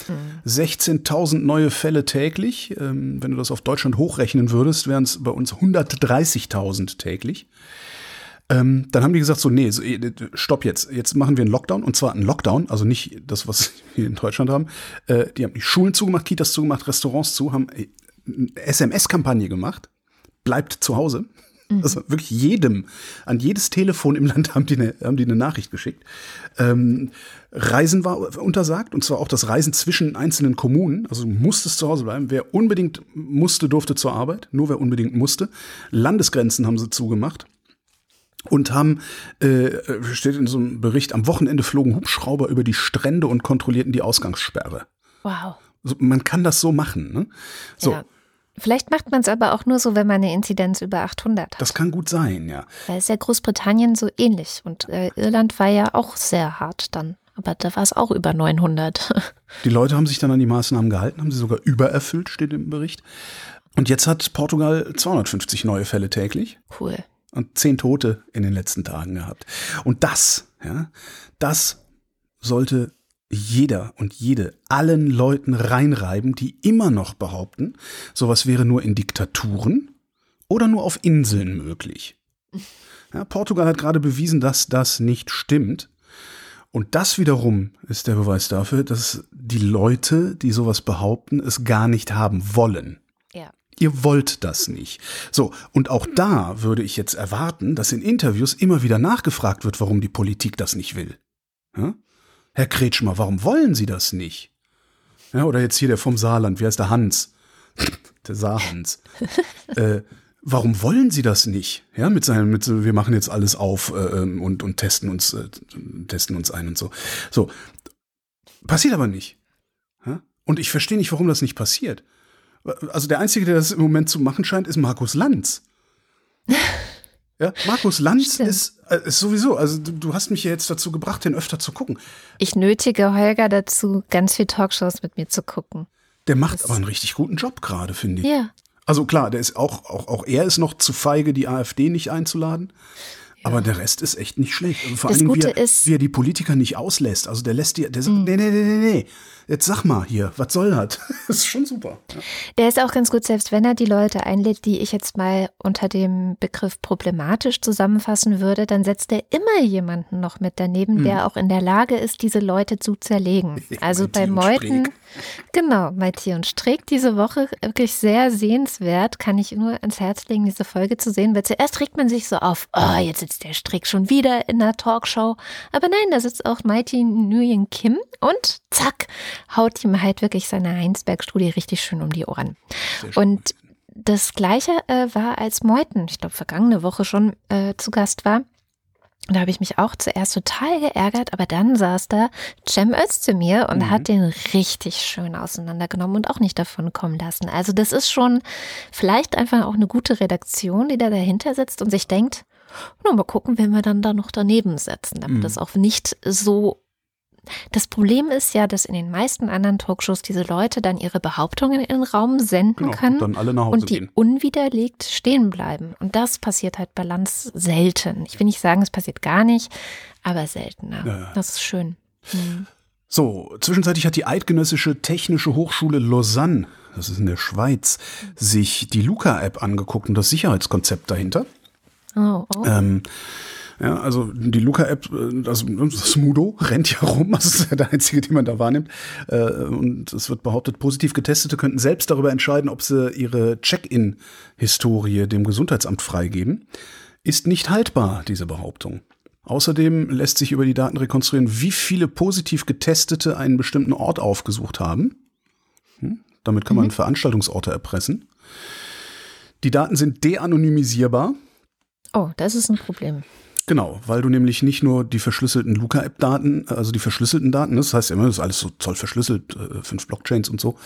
16.000 neue Fälle täglich. Wenn du das auf Deutschland hochrechnen würdest, wären es bei uns 130.000 täglich. Dann haben die gesagt, so, nee, stopp jetzt. Jetzt machen wir einen Lockdown. Und zwar einen Lockdown, also nicht das, was wir in Deutschland haben. Die haben die Schulen zugemacht, Kitas zugemacht, Restaurants zu, haben eine SMS-Kampagne gemacht. Bleibt zu Hause. Also wirklich an jedes Telefon im Land haben die eine Nachricht geschickt. Reisen war untersagt, und zwar auch das Reisen zwischen einzelnen Kommunen. Also du musstest zu Hause bleiben. Wer unbedingt musste, durfte zur Arbeit. Nur wer unbedingt musste. Landesgrenzen haben sie zugemacht. Und haben, steht in so einem Bericht, am Wochenende flogen Hubschrauber über die Strände und kontrollierten die Ausgangssperre. Wow. Also man kann das so machen, ne? So. Ja. Vielleicht macht man es aber auch nur so, wenn man eine Inzidenz über 800 hat. Das kann gut sein, ja. Weil es ja Großbritannien so ähnlich. Und Irland war ja auch sehr hart dann. Aber da war es auch über 900. Die Leute haben sich dann an die Maßnahmen gehalten, haben sie sogar übererfüllt, steht im Bericht. Und jetzt hat Portugal 250 neue Fälle täglich. Cool. Und 10 Tote in den letzten Tagen gehabt. Und das sollte jeder und jede allen Leuten reinreiben, die immer noch behaupten, sowas wäre nur in Diktaturen oder nur auf Inseln möglich. Ja, Portugal hat gerade bewiesen, dass das nicht stimmt. Und das wiederum ist der Beweis dafür, dass die Leute, die sowas behaupten, es gar nicht haben wollen. Ja. Ihr wollt das nicht. So, und auch da würde ich jetzt erwarten, dass in Interviews immer wieder nachgefragt wird, warum die Politik das nicht will. Ja? Herr Kretschmer, warum wollen Sie das nicht? Ja, oder jetzt hier der vom Saarland, wie heißt der Hans? Der Saarhans. Warum wollen Sie das nicht? Ja, wir machen jetzt alles auf und testen uns ein und so. So, passiert aber nicht. Ja? Und ich verstehe nicht, warum das nicht passiert. Also der Einzige, der das im Moment zu machen scheint, ist Markus Lanz. Ja, Markus Lanz ist sowieso, also du hast mich ja jetzt dazu gebracht, den öfter zu gucken. Ich nötige Holger dazu, ganz viel Talkshows mit mir zu gucken. Der macht aber einen richtig guten Job gerade, finde ich. Ja. Also klar, der ist auch er ist noch zu feige, die AfD nicht einzuladen. Ja. Aber der Rest ist echt nicht schlecht. Also vor allem, wie er die Politiker nicht auslässt. Also der sagt, nee, jetzt sag mal hier, was soll das? Das ist schon super. Ja. Der ist auch ganz gut, selbst wenn er die Leute einlädt, die ich jetzt mal unter dem Begriff problematisch zusammenfassen würde, dann setzt er immer jemanden noch mit daneben, der auch in der Lage ist, diese Leute zu zerlegen. Also bei Meuthen, genau, Matthias und Streeck diese Woche wirklich sehr sehenswert, kann ich nur ans Herz legen, diese Folge zu sehen, weil zuerst regt man sich so auf, oh, jetzt sitzt der Streeck schon wieder in der Talkshow, aber nein, da sitzt auch Mighty Nguyen Kim und zack, haut ihm halt wirklich seine Heinsberg-Studie richtig schön um die Ohren. Und das Gleiche war, als Meuthen, ich glaube vergangene Woche schon zu Gast war. Da habe ich mich auch zuerst total geärgert, aber dann saß da Cem Özdemir und hat den richtig schön auseinandergenommen und auch nicht davon kommen lassen. Also das ist schon vielleicht einfach auch eine gute Redaktion, die da dahinter sitzt und sich denkt, nur mal gucken, wen wir dann da noch daneben setzen, damit das auch nicht so. Das Problem ist ja, dass in den meisten anderen Talkshows diese Leute dann ihre Behauptungen in den Raum senden können und dann alle nach Hause und die gehen. Unwiderlegt stehen bleiben. Und das passiert halt bei Lanz selten. Ich will nicht sagen, es passiert gar nicht, aber seltener. Ja. Das ist schön. Mhm. So, zwischenzeitlich hat die Eidgenössische Technische Hochschule Lausanne, das ist in der Schweiz, sich die Luca-App angeguckt und das Sicherheitskonzept dahinter. Oh. Ja, also die Luca-App, das Smudo rennt ja rum, das ist ja der einzige, den man da wahrnimmt. Und es wird behauptet, positiv Getestete könnten selbst darüber entscheiden, ob sie ihre Check-in-Historie dem Gesundheitsamt freigeben. Ist nicht haltbar, diese Behauptung. Außerdem lässt sich über die Daten rekonstruieren, wie viele positiv Getestete einen bestimmten Ort aufgesucht haben. Damit kann man Veranstaltungsorte erpressen. Die Daten sind de-anonymisierbar. Oh, das ist ein Problem. Genau, weil du nämlich nicht nur die verschlüsselten Luca-App-Daten, also die verschlüsselten Daten, das heißt ja immer, das ist alles so toll verschlüsselt, 5 Blockchains und so.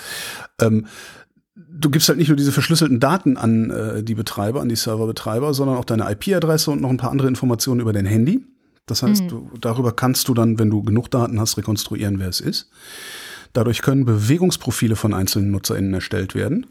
Du gibst halt nicht nur diese verschlüsselten Daten an die Betreiber, an die Serverbetreiber, sondern auch deine IP-Adresse und noch ein paar andere Informationen über dein Handy. Das heißt, darüber kannst du dann, wenn du genug Daten hast, rekonstruieren, wer es ist. Dadurch können Bewegungsprofile von einzelnen NutzerInnen erstellt werden.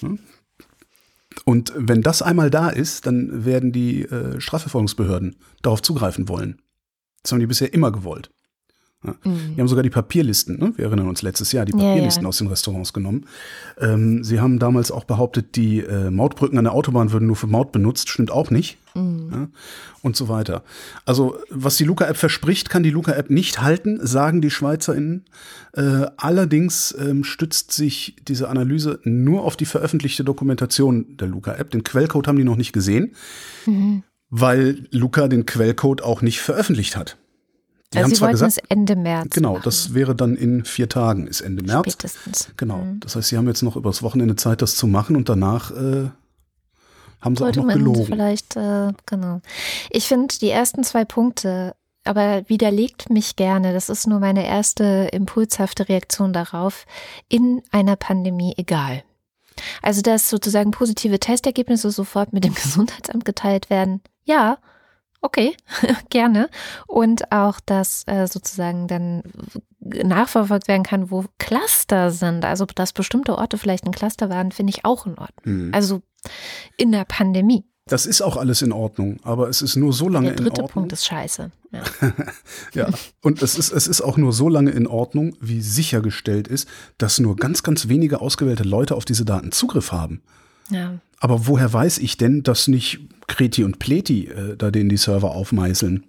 Und wenn das einmal da ist, dann werden die Strafverfolgungsbehörden darauf zugreifen wollen. Das haben die bisher immer gewollt. Ja. Die haben sogar die Papierlisten, ne? Wir erinnern uns letztes Jahr, die Papierlisten aus den Restaurants genommen. Sie haben damals auch behauptet, die Mautbrücken an der Autobahn würden nur für Maut benutzt, stimmt auch nicht. Ja? Und so weiter. Also was die Luca-App verspricht, kann die Luca-App nicht halten, sagen die SchweizerInnen. Allerdings stützt sich diese Analyse nur auf die veröffentlichte Dokumentation der Luca-App. Den Quellcode haben die noch nicht gesehen, weil Luca den Quellcode auch nicht veröffentlicht hat. Die haben Sie zwar wollten gesagt, es Ende März genau, machen. Das wäre dann in 4 Tagen, ist Ende März. Spätestens. Genau. Das heißt, sie haben jetzt noch übers Wochenende Zeit, das zu machen und danach haben sie auch noch man gelogen. Vielleicht, genau. Ich finde die ersten 2 Punkte, aber widerlegt mich gerne, das ist nur meine erste impulshafte Reaktion darauf, in einer Pandemie egal. Also, dass sozusagen positive Testergebnisse sofort mit dem Gesundheitsamt geteilt werden, ja, okay, gerne. Und auch, dass sozusagen dann nachverfolgt werden kann, wo Cluster sind. Also, dass bestimmte Orte vielleicht ein Cluster waren, finde ich auch in Ordnung. Also in der Pandemie. Das ist auch alles in Ordnung, aber es ist nur so lange in Ordnung. Der 3. Punkt ist scheiße. Ja. Ja, und es ist auch nur so lange in Ordnung, wie sichergestellt ist, dass nur ganz, ganz wenige ausgewählte Leute auf diese Daten Zugriff haben. Ja. Aber woher weiß ich denn, dass nicht Kreti und Pleti da denen die Server aufmeißeln?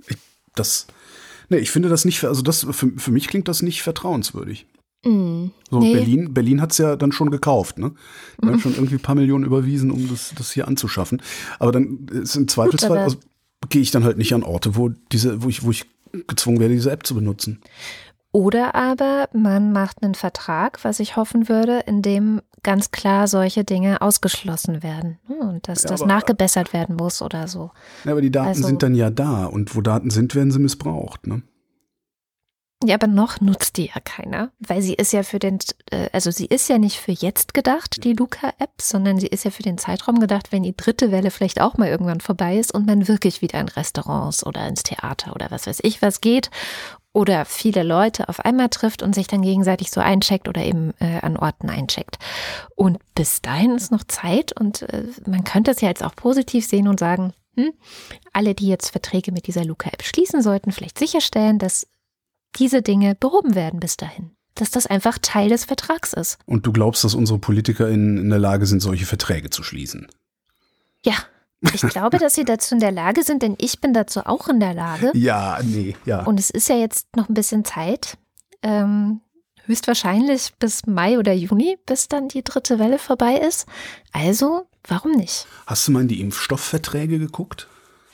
Ich finde das nicht, also das für mich klingt das nicht vertrauenswürdig. So, nee. Berlin hat es ja dann schon gekauft, ne? Wir haben schon irgendwie ein paar Millionen überwiesen, um das hier anzuschaffen. Aber dann ist im Zweifelsfall, also gehe ich dann halt nicht an Orte, wo ich gezwungen werde, diese App zu benutzen. Oder aber man macht einen Vertrag, was ich hoffen würde, in dem ganz klar solche Dinge ausgeschlossen werden und dass das nachgebessert werden muss oder so. Ja, aber die Daten sind dann ja da und wo Daten sind, werden sie missbraucht, ne? Ja, aber noch nutzt die ja keiner, weil sie ist ja sie ist ja nicht für jetzt gedacht, die Luca-App, sondern sie ist ja für den Zeitraum gedacht, wenn die 3. Welle vielleicht auch mal irgendwann vorbei ist und man wirklich wieder in Restaurants oder ins Theater oder was weiß ich was geht oder viele Leute auf einmal trifft und sich dann gegenseitig so eincheckt oder eben an Orten eincheckt. Und bis dahin ist noch Zeit und man könnte es ja jetzt auch positiv sehen und sagen, alle, die jetzt Verträge mit dieser Luca-App schließen, sollten vielleicht sicherstellen, dass diese Dinge behoben werden bis dahin. Dass das einfach Teil des Vertrags ist. Und du glaubst, dass unsere PolitikerInnen in der Lage sind, solche Verträge zu schließen? Ja, ich glaube, dass sie dazu in der Lage sind, denn ich bin dazu auch in der Lage. Ja. Und es ist ja jetzt noch ein bisschen Zeit. Höchstwahrscheinlich bis Mai oder Juni, bis dann die 3. Welle vorbei ist. Also, warum nicht? Hast du mal in die Impfstoffverträge geguckt?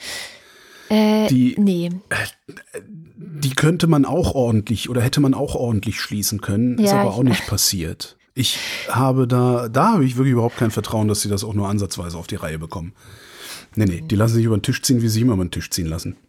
Nee. Die könnte man auch ordentlich oder hätte man auch ordentlich schließen können, ist aber auch nicht passiert. Ich habe da habe ich wirklich überhaupt kein Vertrauen, dass sie das auch nur ansatzweise auf die Reihe bekommen. Nee, die lassen sich über den Tisch ziehen, wie sie immer über den Tisch ziehen lassen.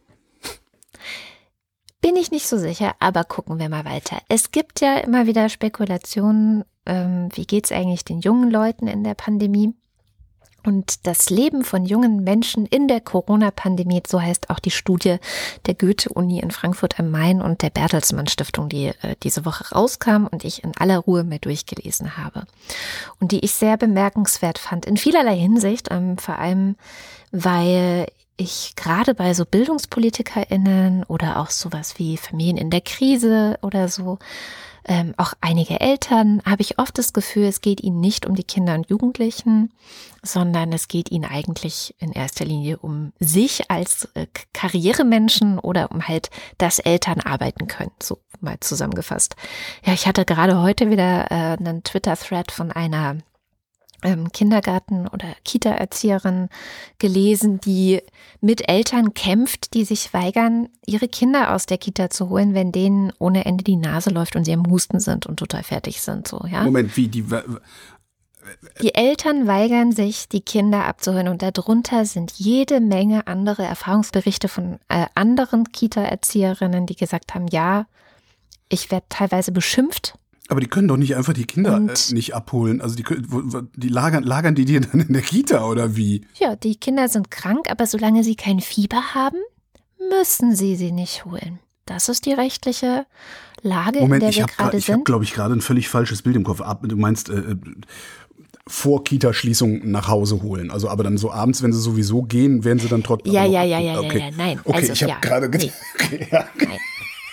Bin ich nicht so sicher, aber gucken wir mal weiter. Es gibt ja immer wieder Spekulationen, wie geht's eigentlich den jungen Leuten in der Pandemie? Und das Leben von jungen Menschen in der Corona-Pandemie, so heißt auch die Studie der Goethe-Uni in Frankfurt am Main und der Bertelsmann-Stiftung, die diese Woche rauskam und ich in aller Ruhe mir durchgelesen habe. Und die ich sehr bemerkenswert fand, in vielerlei Hinsicht, vor allem, weil ich gerade bei so BildungspolitikerInnen oder auch sowas wie Familien in der Krise oder so, auch einige Eltern, habe ich oft das Gefühl, es geht ihnen nicht um die Kinder und Jugendlichen, sondern es geht ihnen eigentlich in erster Linie um sich als Karrieremenschen oder um halt, dass Eltern arbeiten können, so mal zusammengefasst. Ja, ich hatte gerade heute wieder einen Twitter-Thread von einer Kindergarten- oder Kita-Erzieherin gelesen, die mit Eltern kämpft, die sich weigern, ihre Kinder aus der Kita zu holen, wenn denen ohne Ende die Nase läuft und sie am Husten sind und total fertig sind. So, ja? Moment, wie die Eltern weigern sich, die Kinder abzuholen und darunter sind jede Menge andere Erfahrungsberichte von anderen Kita-Erzieherinnen, die gesagt haben, ja, ich werde teilweise beschimpft. Aber die können doch nicht einfach die Kinder nicht abholen. Also die lagern die dir dann in der Kita oder wie? Ja, die Kinder sind krank, aber solange sie kein Fieber haben, müssen sie nicht holen. Das ist die rechtliche Lage, in der wir gerade sind. Ich habe, glaube ich, gerade ein völlig falsches Bild im Kopf. Du meinst vor Kita-Schließung nach Hause holen. Also aber dann so abends, wenn sie sowieso gehen, werden sie dann trotzdem. Ja, okay. nein. Okay, also, ich habe gerade gedacht. Nee. Okay, ja. Nein.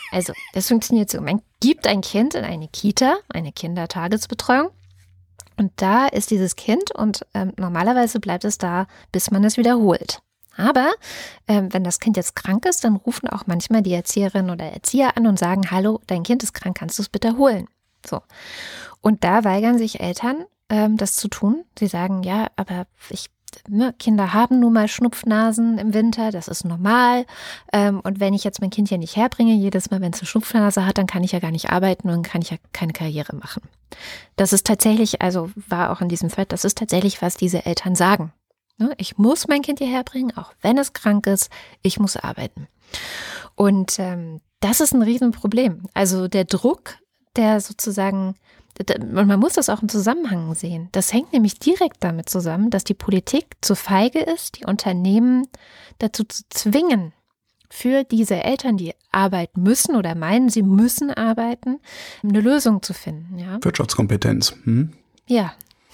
Also, das funktioniert so. Man gibt ein Kind in eine Kita, eine Kindertagesbetreuung. Und da ist dieses Kind und normalerweise bleibt es da, bis man es wiederholt. Aber wenn das Kind jetzt krank ist, dann rufen auch manchmal die Erzieherinnen oder Erzieher an und sagen, hallo, dein Kind ist krank, kannst du es bitte holen? So. Und da weigern sich Eltern, das zu tun. Sie sagen, ja, aber Kinder haben nun mal Schnupfnasen im Winter, das ist normal. Und wenn ich jetzt mein Kind ja nicht herbringe, jedes Mal, wenn es eine Schnupfnase hat, dann kann ich ja gar nicht arbeiten und kann ich ja keine Karriere machen. Das ist tatsächlich, also war auch in diesem Fall, das ist tatsächlich, was diese Eltern sagen. Ich muss mein Kind hierher bringen, auch wenn es krank ist, ich muss arbeiten. Und das ist ein Riesenproblem. Also der Druck, der sozusagen, und man muss das auch im Zusammenhang sehen. Das hängt nämlich direkt damit zusammen, dass die Politik zu feige ist, die Unternehmen dazu zu zwingen, für diese Eltern, die arbeiten müssen oder meinen, sie müssen arbeiten, eine Lösung zu finden. Ja? Wirtschaftskompetenz. Ja.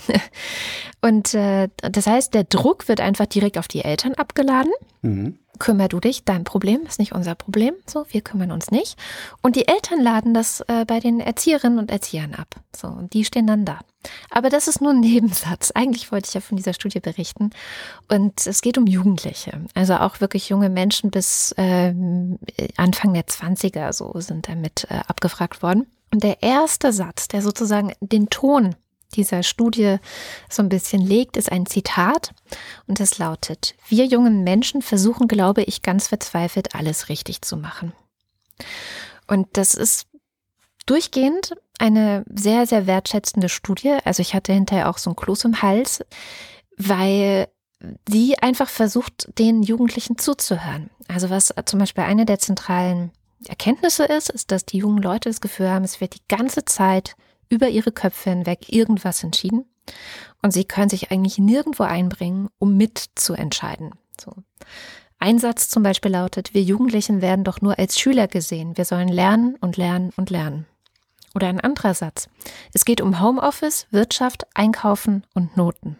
Und das heißt, der Druck wird einfach direkt auf die Eltern abgeladen. Kümmer du dich, dein Problem ist nicht unser Problem, so, wir kümmern uns nicht. Und die Eltern laden das bei den Erzieherinnen und Erziehern ab. So, und die stehen dann da. Aber das ist nur ein Nebensatz. Eigentlich wollte ich ja von dieser Studie berichten. Und es geht um Jugendliche. Also auch wirklich junge Menschen bis Anfang der 20er so sind damit abgefragt worden. Und der erste Satz, der sozusagen den Ton dieser Studie so ein bisschen legt, ist ein Zitat und das lautet: Wir jungen Menschen versuchen, glaube ich, ganz verzweifelt alles richtig zu machen. Und das ist durchgehend eine sehr, sehr wertschätzende Studie. Also ich hatte hinterher auch so ein Kloß im Hals, weil sie einfach versucht, den Jugendlichen zuzuhören. Also was zum Beispiel eine der zentralen Erkenntnisse ist, dass die jungen Leute das Gefühl haben, es wird die ganze Zeit über ihre Köpfe hinweg irgendwas entschieden und sie können sich eigentlich nirgendwo einbringen, um mitzuentscheiden. So. Ein Satz zum Beispiel lautet: Wir Jugendlichen werden doch nur als Schüler gesehen. Wir sollen lernen und lernen und lernen. Oder ein anderer Satz: Es geht um Homeoffice, Wirtschaft, Einkaufen und Noten.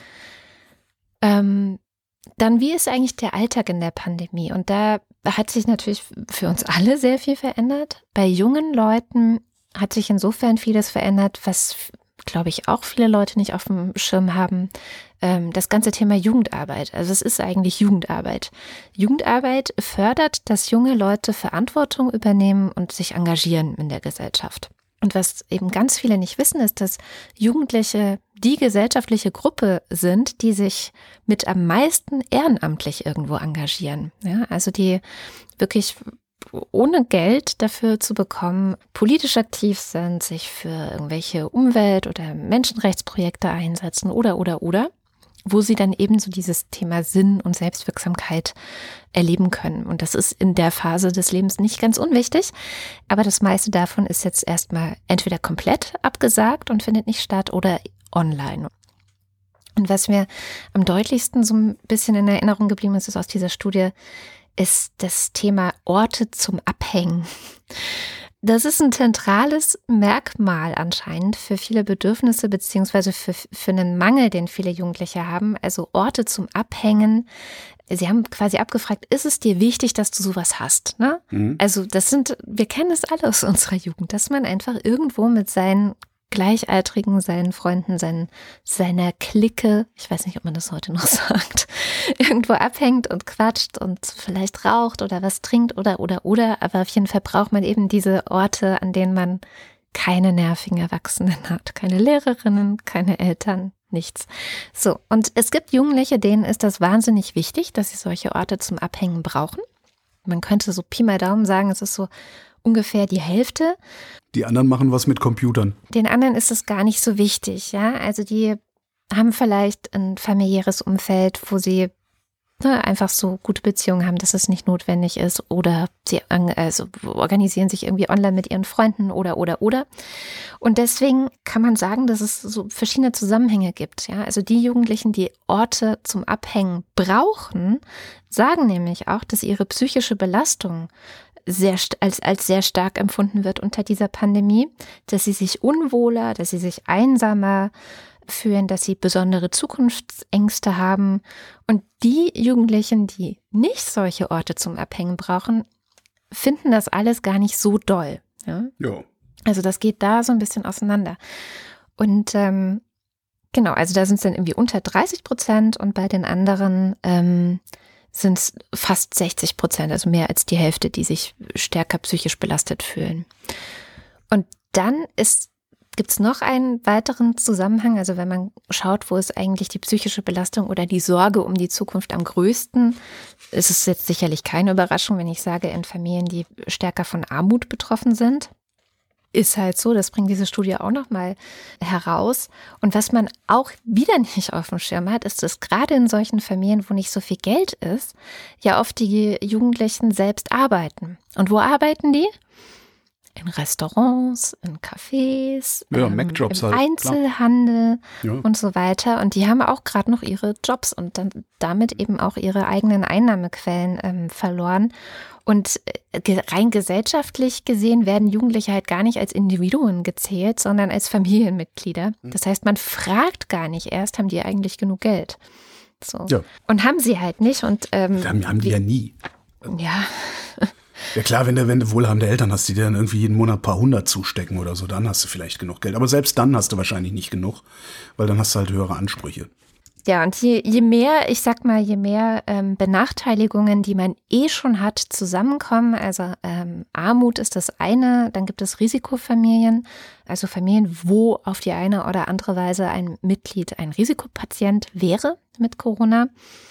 Dann, wie ist eigentlich der Alltag in der Pandemie? Und da hat sich natürlich für uns alle sehr viel verändert. Bei jungen Leuten hat sich insofern vieles verändert, was, glaube ich, auch viele Leute nicht auf dem Schirm haben. Das ganze Thema Jugendarbeit. Also es ist eigentlich Jugendarbeit. Jugendarbeit fördert, dass junge Leute Verantwortung übernehmen und sich engagieren in der Gesellschaft. Und was eben ganz viele nicht wissen, ist, dass Jugendliche die gesellschaftliche Gruppe sind, die sich mit am meisten ehrenamtlich irgendwo engagieren. Ja, also die wirklich ohne Geld dafür zu bekommen, politisch aktiv sind, sich für irgendwelche Umwelt- oder Menschenrechtsprojekte einsetzen oder, wo sie dann eben so dieses Thema Sinn und Selbstwirksamkeit erleben können. Und das ist in der Phase des Lebens nicht ganz unwichtig, aber das meiste davon ist jetzt erstmal entweder komplett abgesagt und findet nicht statt oder online. Und was mir am deutlichsten so ein bisschen in Erinnerung geblieben ist aus dieser Studie, ist das Thema Orte zum Abhängen. Das ist ein zentrales Merkmal anscheinend für viele Bedürfnisse beziehungsweise für einen Mangel, den viele Jugendliche haben. Also Orte zum Abhängen. Sie haben quasi abgefragt, ist es dir wichtig, dass du sowas hast? Ne? Also wir kennen es alle aus unserer Jugend, dass man einfach irgendwo mit seinen Gleichaltrigen, seinen Freunden, seiner Clique, ich weiß nicht, ob man das heute noch sagt, irgendwo abhängt und quatscht und vielleicht raucht oder was trinkt oder, aber auf jeden Fall braucht man eben diese Orte, an denen man keine nervigen Erwachsenen hat, keine Lehrerinnen, keine Eltern, nichts. So, und es gibt Jugendliche, denen ist das wahnsinnig wichtig, dass sie solche Orte zum Abhängen brauchen. Man könnte so Pi mal Daumen sagen, es ist so ungefähr die Hälfte. Die anderen machen was mit Computern. Den anderen ist es gar nicht so wichtig, ja. Also die haben vielleicht ein familiäres Umfeld, wo sie einfach so gute Beziehungen haben, dass es nicht notwendig ist, oder sie organisieren sich irgendwie online mit ihren Freunden oder. Und deswegen kann man sagen, dass es so verschiedene Zusammenhänge gibt, ja. Also die Jugendlichen, die Orte zum Abhängen brauchen, sagen nämlich auch, dass ihre psychische Belastung als sehr stark empfunden wird unter dieser Pandemie, dass sie sich unwohler, dass sie sich einsamer fühlen, dass sie besondere Zukunftsängste haben. Und die Jugendlichen, die nicht solche Orte zum Abhängen brauchen, finden das alles gar nicht so doll. Ja? Ja. Also das geht da so ein bisschen auseinander. Und genau, also da sind es dann irgendwie unter 30% und bei den anderen sind es fast 60%, also mehr als die Hälfte, die sich stärker psychisch belastet fühlen. Und dann gibt es noch einen weiteren Zusammenhang, also wenn man schaut, wo ist eigentlich die psychische Belastung oder die Sorge um die Zukunft am größten, ist es jetzt sicherlich keine Überraschung, wenn ich sage, in Familien, die stärker von Armut betroffen sind. Ist halt so, das bringt diese Studie auch nochmal heraus. Und was man auch wieder nicht auf dem Schirm hat, ist, dass gerade in solchen Familien, wo nicht so viel Geld ist, ja oft die Jugendlichen selbst arbeiten. Und wo arbeiten die? In Restaurants, in Cafés, Mac-Jobs im halt, Einzelhandel ja. und so weiter. Und die haben auch gerade noch ihre Jobs und dann damit eben auch ihre eigenen Einnahmequellen verloren. Und rein gesellschaftlich gesehen werden Jugendliche halt gar nicht als Individuen gezählt, sondern als Familienmitglieder. Das heißt, man fragt gar nicht erst, haben die eigentlich genug Geld? So. Ja. Und haben sie halt nicht. Und haben die ja nie. Ja. Ja klar, wenn du wohlhabende Eltern hast, die dir dann irgendwie jeden Monat ein paar hundert zustecken oder so, dann hast du vielleicht genug Geld. Aber selbst dann hast du wahrscheinlich nicht genug, weil dann hast du halt höhere Ansprüche. Ja, und je mehr Benachteiligungen, die man schon hat, zusammenkommen, also Armut ist das eine, dann gibt es Risikofamilien, also Familien, wo auf die eine oder andere Weise ein Mitglied ein Risikopatient wäre mit Corona.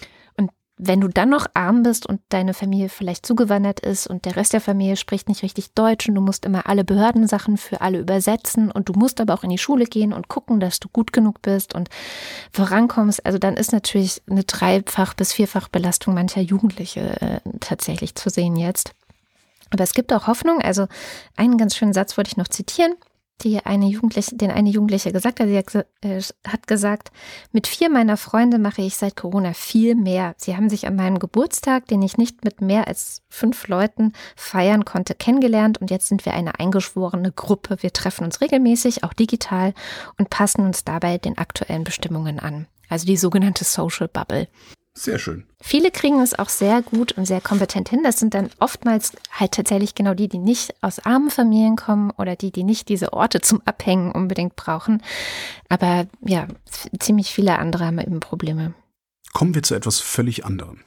Wenn du dann noch arm bist und deine Familie vielleicht zugewandert ist und der Rest der Familie spricht nicht richtig Deutsch und du musst immer alle Behördensachen für alle übersetzen und du musst aber auch in die Schule gehen und gucken, dass du gut genug bist und vorankommst, also dann ist natürlich eine 3-fach bis 4-fach Belastung mancher Jugendliche tatsächlich zu sehen jetzt. Aber es gibt auch Hoffnung, also einen ganz schönen Satz wollte ich noch zitieren. Den eine Jugendliche gesagt hat, sie hat gesagt, mit 4 meiner Freunde mache ich seit Corona viel mehr. Sie haben sich an meinem Geburtstag, den ich nicht mit mehr als 5 Leuten feiern konnte, kennengelernt und jetzt sind wir eine eingeschworene Gruppe. Wir treffen uns regelmäßig, auch digital und passen uns dabei den aktuellen Bestimmungen an. Also die sogenannte Social Bubble. Sehr schön. Viele kriegen es auch sehr gut und sehr kompetent hin. Das sind dann oftmals halt tatsächlich genau die nicht aus armen Familien kommen oder die nicht diese Orte zum Abhängen unbedingt brauchen. Aber ja, ziemlich viele andere haben eben Probleme. Kommen wir zu etwas völlig anderem.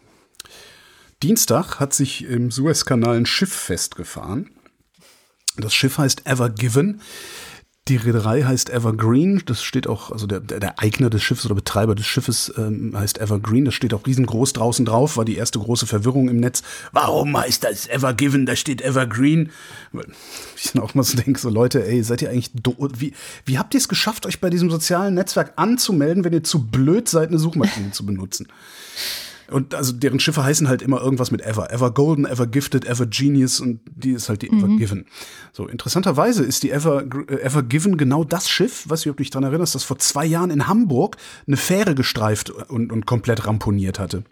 Dienstag hat sich im Suezkanal ein Schiff festgefahren. Das Schiff heißt Ever Given. Die Reederei heißt Evergreen, das steht auch, also der Eigner des Schiffes oder Betreiber des Schiffes heißt Evergreen, das steht auch riesengroß draußen drauf, war die erste große Verwirrung im Netz. Warum heißt das Evergiven, da steht Evergreen? Ich dann auch mal so denke, so Leute, ey, seid ihr eigentlich wie habt ihr es geschafft, euch bei diesem sozialen Netzwerk anzumelden, wenn ihr zu blöd seid, eine Suchmaschine zu benutzen? Und also deren Schiffe heißen halt immer irgendwas mit Ever. Ever Golden, Ever Gifted, Ever Genius und die ist halt die Ever Given. So, interessanterweise ist die Ever Given genau das Schiff, was du dich daran erinnerst, das vor 2 Jahren in Hamburg eine Fähre gestreift und komplett ramponiert hatte.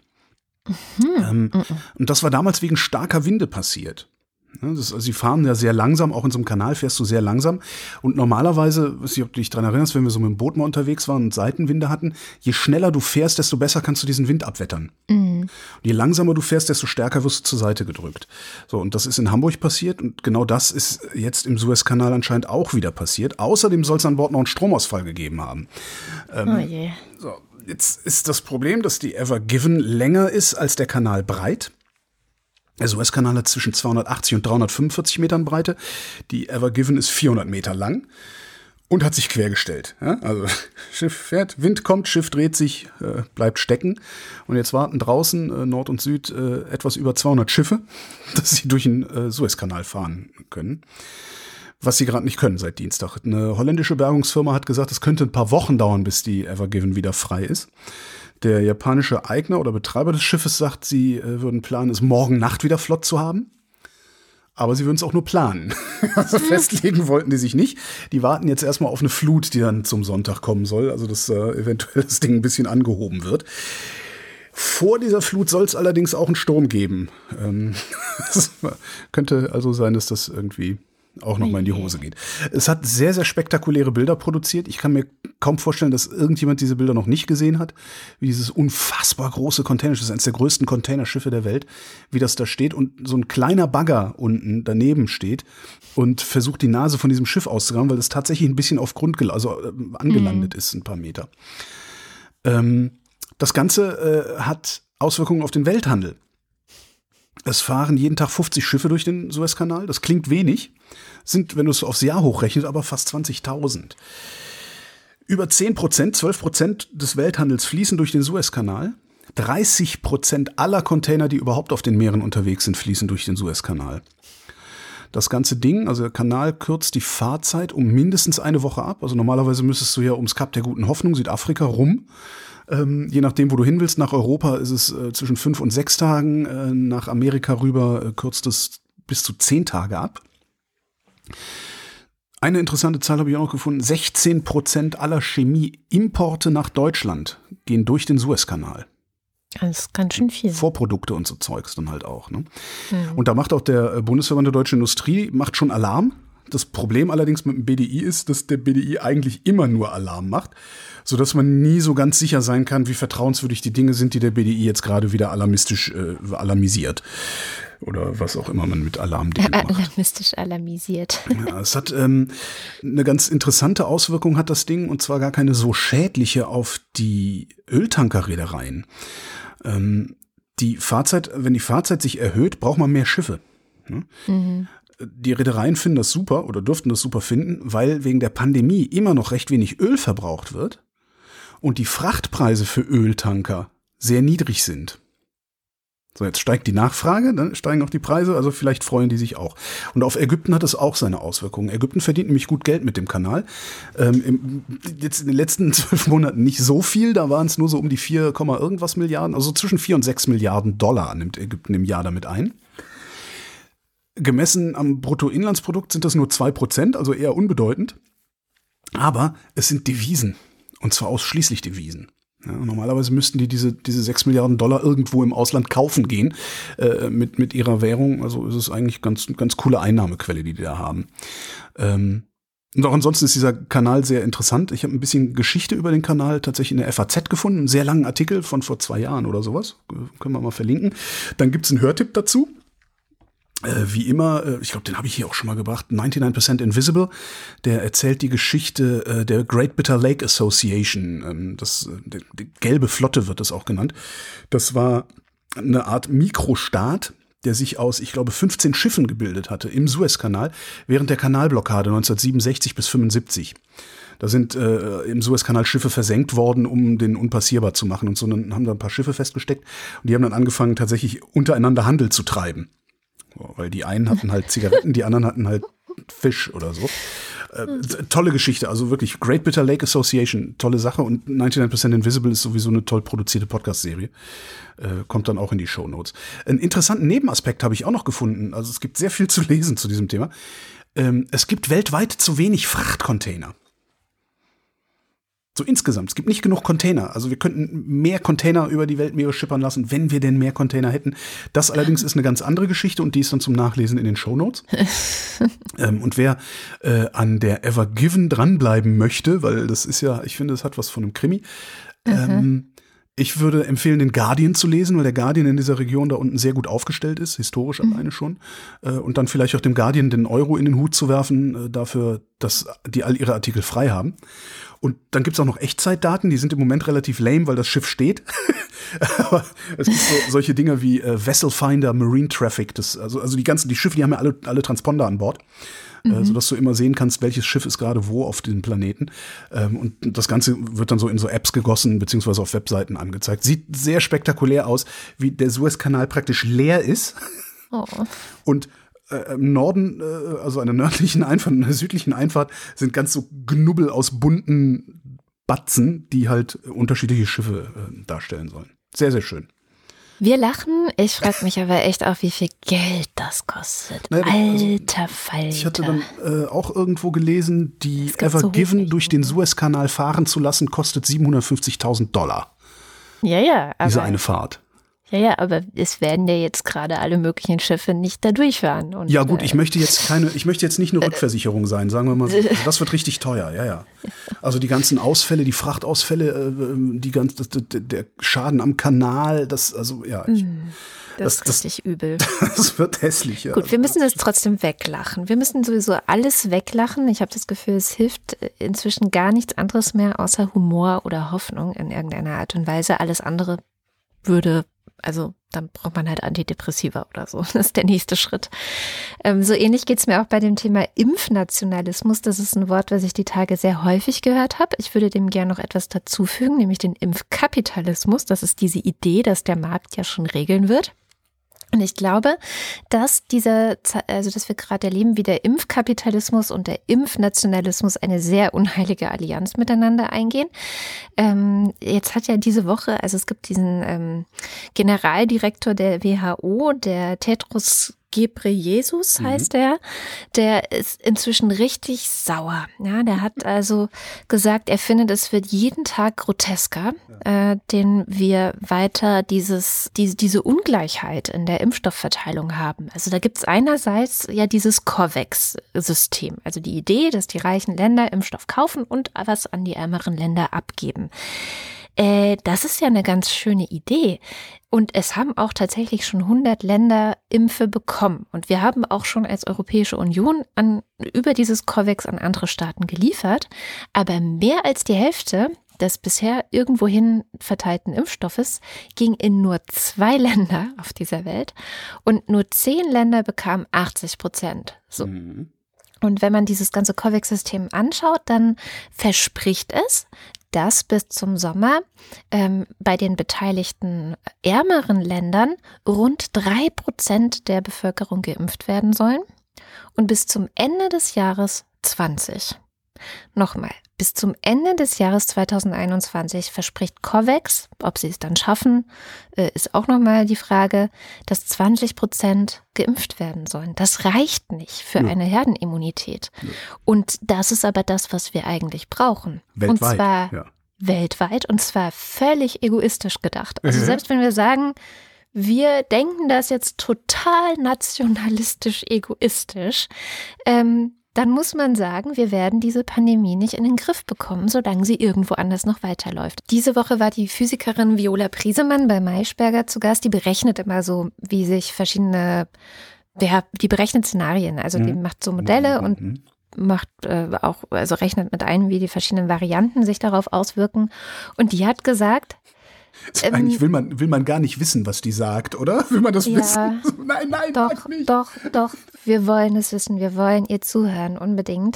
Und das war damals wegen starker Winde passiert. Also sie fahren ja sehr langsam, auch in so einem Kanal fährst du sehr langsam. Und normalerweise, weiß nicht, ob du dich daran erinnerst, wenn wir so mit dem Boot mal unterwegs waren und Seitenwinde hatten, je schneller du fährst, desto besser kannst du diesen Wind abwettern. Und je langsamer du fährst, desto stärker wirst du zur Seite gedrückt. So, und das ist in Hamburg passiert und genau das ist jetzt im Suezkanal anscheinend auch wieder passiert. Außerdem soll es an Bord noch einen Stromausfall gegeben haben. Oh je. So, jetzt ist das Problem, dass die Ever Given länger ist als der Kanal breit. Der Suezkanal hat zwischen 280 und 345 Metern Breite. Die Ever Given ist 400 Meter lang und hat sich quergestellt. Ja, also Schiff fährt, Wind kommt, Schiff dreht sich, bleibt stecken. Und jetzt warten draußen Nord und Süd etwas über 200 Schiffe, dass sie durch den Suezkanal fahren können. Was sie gerade nicht können seit Dienstag. Eine holländische Bergungsfirma hat gesagt, es könnte ein paar Wochen dauern, bis die Ever Given wieder frei ist. Der japanische Eigner oder Betreiber des Schiffes sagt, sie würden planen, es morgen Nacht wieder flott zu haben. Aber sie würden es auch nur planen. Also festlegen wollten die sich nicht. Die warten jetzt erstmal auf eine Flut, die dann zum Sonntag kommen soll. Also dass eventuell das Ding ein bisschen angehoben wird. Vor dieser Flut soll es allerdings auch einen Sturm geben. Es könnte also sein, dass das irgendwie auch nochmal in die Hose geht. Es hat sehr, sehr spektakuläre Bilder produziert. Ich kann mir kaum vorstellen, dass irgendjemand diese Bilder noch nicht gesehen hat. Wie dieses unfassbar große Containerschiff, das ist eines der größten Containerschiffe der Welt, wie das da steht und so ein kleiner Bagger unten daneben steht und versucht die Nase von diesem Schiff auszugraben, weil das tatsächlich ein bisschen auf Grund, angelandet ist, ein paar Meter. Das Ganze hat Auswirkungen auf den Welthandel. Es fahren jeden Tag 50 Schiffe durch den Suezkanal. Das klingt wenig, sind, wenn du es aufs Jahr hochrechnest, aber fast 20.000. Über 10%, 12% des Welthandels fließen durch den Suezkanal. 30% aller Container, die überhaupt auf den Meeren unterwegs sind, fließen durch den Suezkanal. Das ganze Ding, also der Kanal kürzt die Fahrzeit um mindestens eine Woche ab. Also normalerweise müsstest du ja ums Kap der Guten Hoffnung, Südafrika, rum. Je nachdem, wo du hin willst. Nach Europa ist es zwischen 5 und 6 Tagen. Nach Amerika rüber kürzt es bis zu 10 Tage ab. Eine interessante Zahl habe ich auch noch gefunden. 16% aller Chemieimporte nach Deutschland gehen durch den Suezkanal. Das ist ganz schön viel. Vorprodukte und so Zeugs dann halt auch. Ne? Und da macht auch der Bundesverband der Deutschen Industrie macht schon Alarm. Das Problem allerdings mit dem BDI ist, dass der BDI eigentlich immer nur Alarm macht, sodass man nie so ganz sicher sein kann, wie vertrauenswürdig die Dinge sind, die der BDI jetzt gerade wieder alarmisiert. Oder was auch immer man mit Alarmdingen macht. Alarmistisch alarmisiert. Ja, es hat eine ganz interessante Auswirkung, hat das Ding, und zwar gar keine so schädliche auf die Öltankerreedereien. Wenn die Fahrzeit sich erhöht, braucht man mehr Schiffe. Mhm. Die Reedereien finden das super oder dürften das super finden, weil wegen der Pandemie immer noch recht wenig Öl verbraucht wird und die Frachtpreise für Öltanker sehr niedrig sind. So, jetzt steigt die Nachfrage, dann steigen auch die Preise, also vielleicht freuen die sich auch. Und auf Ägypten hat es auch seine Auswirkungen. Ägypten verdient nämlich gut Geld mit dem Kanal. Jetzt in den letzten 12 Monaten nicht so viel, da waren es nur so um die 4, irgendwas Milliarden, also zwischen 4 und 6 Milliarden Dollar nimmt Ägypten im Jahr damit ein. Gemessen am Bruttoinlandsprodukt sind das nur 2%, also eher unbedeutend. Aber es sind Devisen. Und zwar ausschließlich Devisen. Ja, normalerweise müssten die diese 6 Milliarden Dollar irgendwo im Ausland kaufen gehen mit ihrer Währung. Also ist es eigentlich ganz coole Einnahmequelle, die da haben. Und auch ansonsten ist dieser Kanal sehr interessant. Ich habe ein bisschen Geschichte über den Kanal tatsächlich in der FAZ gefunden. Einen sehr langen Artikel von vor 2 Jahren oder sowas. Können wir mal verlinken. Dann gibt's einen Hörtipp dazu. Wie immer, ich glaube, den habe ich hier auch schon mal gebracht, 99% Invisible, der erzählt die Geschichte der Great Bitter Lake Association, die gelbe Flotte wird das auch genannt. Das war eine Art Mikrostaat, der sich aus, ich glaube, 15 Schiffen gebildet hatte im Suezkanal während der Kanalblockade 1967 bis 75. Da sind im Suezkanal Schiffe versenkt worden, um den unpassierbar zu machen und so. Dann haben da ein paar Schiffe festgesteckt und die haben dann angefangen, tatsächlich untereinander Handel zu treiben. Weil die einen hatten halt Zigaretten, die anderen hatten halt Fisch oder so. Tolle Geschichte, also wirklich Great Bitter Lake Association, tolle Sache, und 99% Invisible ist sowieso eine toll produzierte Podcast-Serie. Kommt dann auch in die Shownotes. Einen interessanten Nebenaspekt habe ich auch noch gefunden, also es gibt sehr viel zu lesen zu diesem Thema. Es gibt weltweit zu wenig Frachtcontainer. So insgesamt. Es gibt nicht genug Container. Also wir könnten mehr Container über die Weltmeere schippern lassen, wenn wir denn mehr Container hätten. Das allerdings ist eine ganz andere Geschichte und die ist dann zum Nachlesen in den Shownotes. Und wer an der Ever Given dranbleiben möchte, weil das ist ja, ich finde, es hat was von einem Krimi. Ich würde empfehlen, den Guardian zu lesen, weil der Guardian in dieser Region da unten sehr gut aufgestellt ist, historisch alleine schon. Und dann vielleicht auch dem Guardian den Euro in den Hut zu werfen, dafür, dass die all ihre Artikel frei haben. Und dann gibt's auch noch Echtzeitdaten, die sind im Moment relativ lame, weil das Schiff steht. Aber es gibt solche Dinge wie Vessel Finder, Marine Traffic, also die Schiffe, die haben ja alle Transponder an Bord. Sodass du immer sehen kannst, welches Schiff ist gerade wo auf diesem Planeten. Und das Ganze wird dann so in so Apps gegossen, beziehungsweise auf Webseiten angezeigt. Sieht sehr spektakulär aus, wie der Suezkanal praktisch leer ist. Oh. Und im Norden, also an der nördlichen Einfahrt und der südlichen Einfahrt, sind ganz so Knubbel aus bunten Batzen, die halt unterschiedliche Schiffe darstellen sollen. Sehr, sehr schön. Wir lachen, ich frage mich aber echt auch, wie viel Geld das kostet. Alter Falter. Ich hatte dann auch irgendwo gelesen, die Ever Given durch den Suezkanal fahren zu lassen, kostet $750.000. Ja. Diese eine Fahrt. Ja, aber es werden ja jetzt gerade alle möglichen Schiffe nicht da durchfahren. Und, ja gut, ich möchte jetzt nicht eine Rückversicherung sein, sagen wir mal so. Also das wird richtig teuer, ja. Also die ganzen Ausfälle, die Frachtausfälle, der Schaden am Kanal, das ist richtig übel. Das wird hässlich, ja. Gut, wir müssen das trotzdem weglachen. Wir müssen sowieso alles weglachen. Ich habe das Gefühl, es hilft inzwischen gar nichts anderes mehr, außer Humor oder Hoffnung in irgendeiner Art und Weise. Alles andere dann braucht man halt Antidepressiva oder so. Das ist der nächste Schritt. So ähnlich geht es mir auch bei dem Thema Impfnationalismus. Das ist ein Wort, was ich die Tage sehr häufig gehört habe. Ich würde dem gerne noch etwas dazufügen, nämlich den Impfkapitalismus. Das ist diese Idee, dass der Markt ja schon regeln wird. Und ich glaube, dass dass wir gerade erleben, wie der Impfkapitalismus und der Impfnationalismus eine sehr unheilige Allianz miteinander eingehen. Jetzt hat ja diese Woche, es gibt diesen Generaldirektor der WHO, der Tedros Ghebreyesus heißt er, der ist inzwischen richtig sauer. Ja, der hat also gesagt, er findet, es wird jeden Tag grotesker, den wir weiter diese Ungleichheit in der Impfstoffverteilung haben. Also da gibt es einerseits ja dieses COVAX-System, also die Idee, dass die reichen Länder Impfstoff kaufen und was an die ärmeren Länder abgeben. Das ist ja eine ganz schöne Idee. Und es haben auch tatsächlich schon 100 Länder Impfe bekommen. Und wir haben auch schon als Europäische Union über dieses COVAX an andere Staaten geliefert. Aber mehr als die Hälfte des bisher irgendwohin verteilten Impfstoffes ging in nur 2 Länder auf dieser Welt. Und nur 10 Länder bekamen 80%. So. Und wenn man dieses ganze COVAX-System anschaut, dann verspricht es, dass bis zum Sommer bei den beteiligten ärmeren Ländern rund 3% der Bevölkerung geimpft werden sollen und bis zum Ende des Jahres 20. Nochmal, bis zum Ende des Jahres 2021 verspricht COVAX, ob sie es dann schaffen, ist auch nochmal die Frage, dass 20% geimpft werden sollen. Das reicht nicht für eine Herdenimmunität. Ja. Und das ist aber das, was wir eigentlich brauchen. Weltweit. Und zwar weltweit, und zwar völlig egoistisch gedacht. Also selbst wenn wir sagen, wir denken das jetzt total nationalistisch, egoistisch, dann muss man sagen, wir werden diese Pandemie nicht in den Griff bekommen, solange sie irgendwo anders noch weiterläuft. Diese Woche war die Physikerin Viola Priesemann bei Maischberger zu Gast. Die berechnet immer so, wie sich die berechnet Szenarien. Also die macht so Modelle und macht rechnet mit ein, wie die verschiedenen Varianten sich darauf auswirken. Und die hat gesagt, eigentlich will man gar nicht wissen, was die sagt, oder? Will man das wissen? Nein, Doch, wir wollen es wissen, wir wollen ihr zuhören, unbedingt,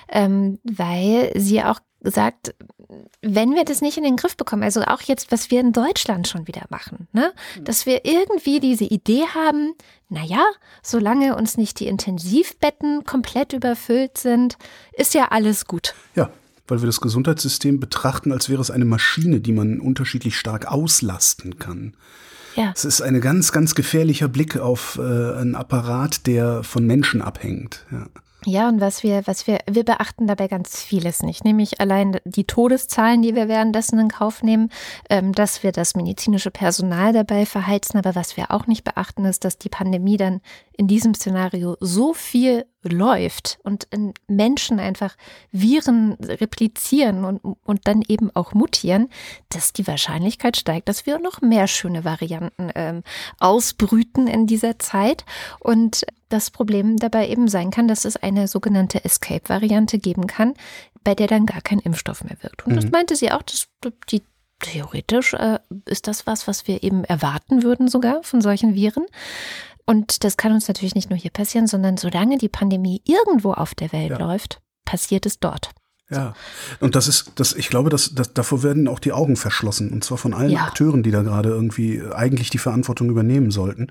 weil sie auch sagt, wenn wir das nicht in den Griff bekommen, also auch jetzt, was wir in Deutschland schon wieder machen, ne? Dass wir irgendwie diese Idee haben, solange uns nicht die Intensivbetten komplett überfüllt sind, ist ja alles gut. Ja. Weil wir das Gesundheitssystem betrachten, als wäre es eine Maschine, die man unterschiedlich stark auslasten kann. Ja. Es ist ein ganz, ganz gefährlicher Blick auf einen Apparat, der von Menschen abhängt. Ja, und wir beachten dabei ganz vieles nicht, nämlich allein die Todeszahlen, die wir währenddessen in Kauf nehmen, dass wir das medizinische Personal dabei verheizen, aber was wir auch nicht beachten, ist, dass die Pandemie dann in diesem Szenario so viel läuft und in Menschen einfach Viren replizieren und dann eben auch mutieren, dass die Wahrscheinlichkeit steigt, dass wir noch mehr schöne Varianten ausbrüten in dieser Zeit. Und das Problem dabei eben sein kann, dass es eine sogenannte Escape-Variante geben kann, bei der dann gar kein Impfstoff mehr wirkt. Und das meinte sie auch, theoretisch ist das was wir eben erwarten würden sogar von solchen Viren. Und das kann uns natürlich nicht nur hier passieren, sondern solange die Pandemie irgendwo auf der Welt läuft, passiert es dort. Ja, und ich glaube, davor werden auch die Augen verschlossen. Und zwar von allen Akteuren, die da gerade irgendwie eigentlich die Verantwortung übernehmen sollten.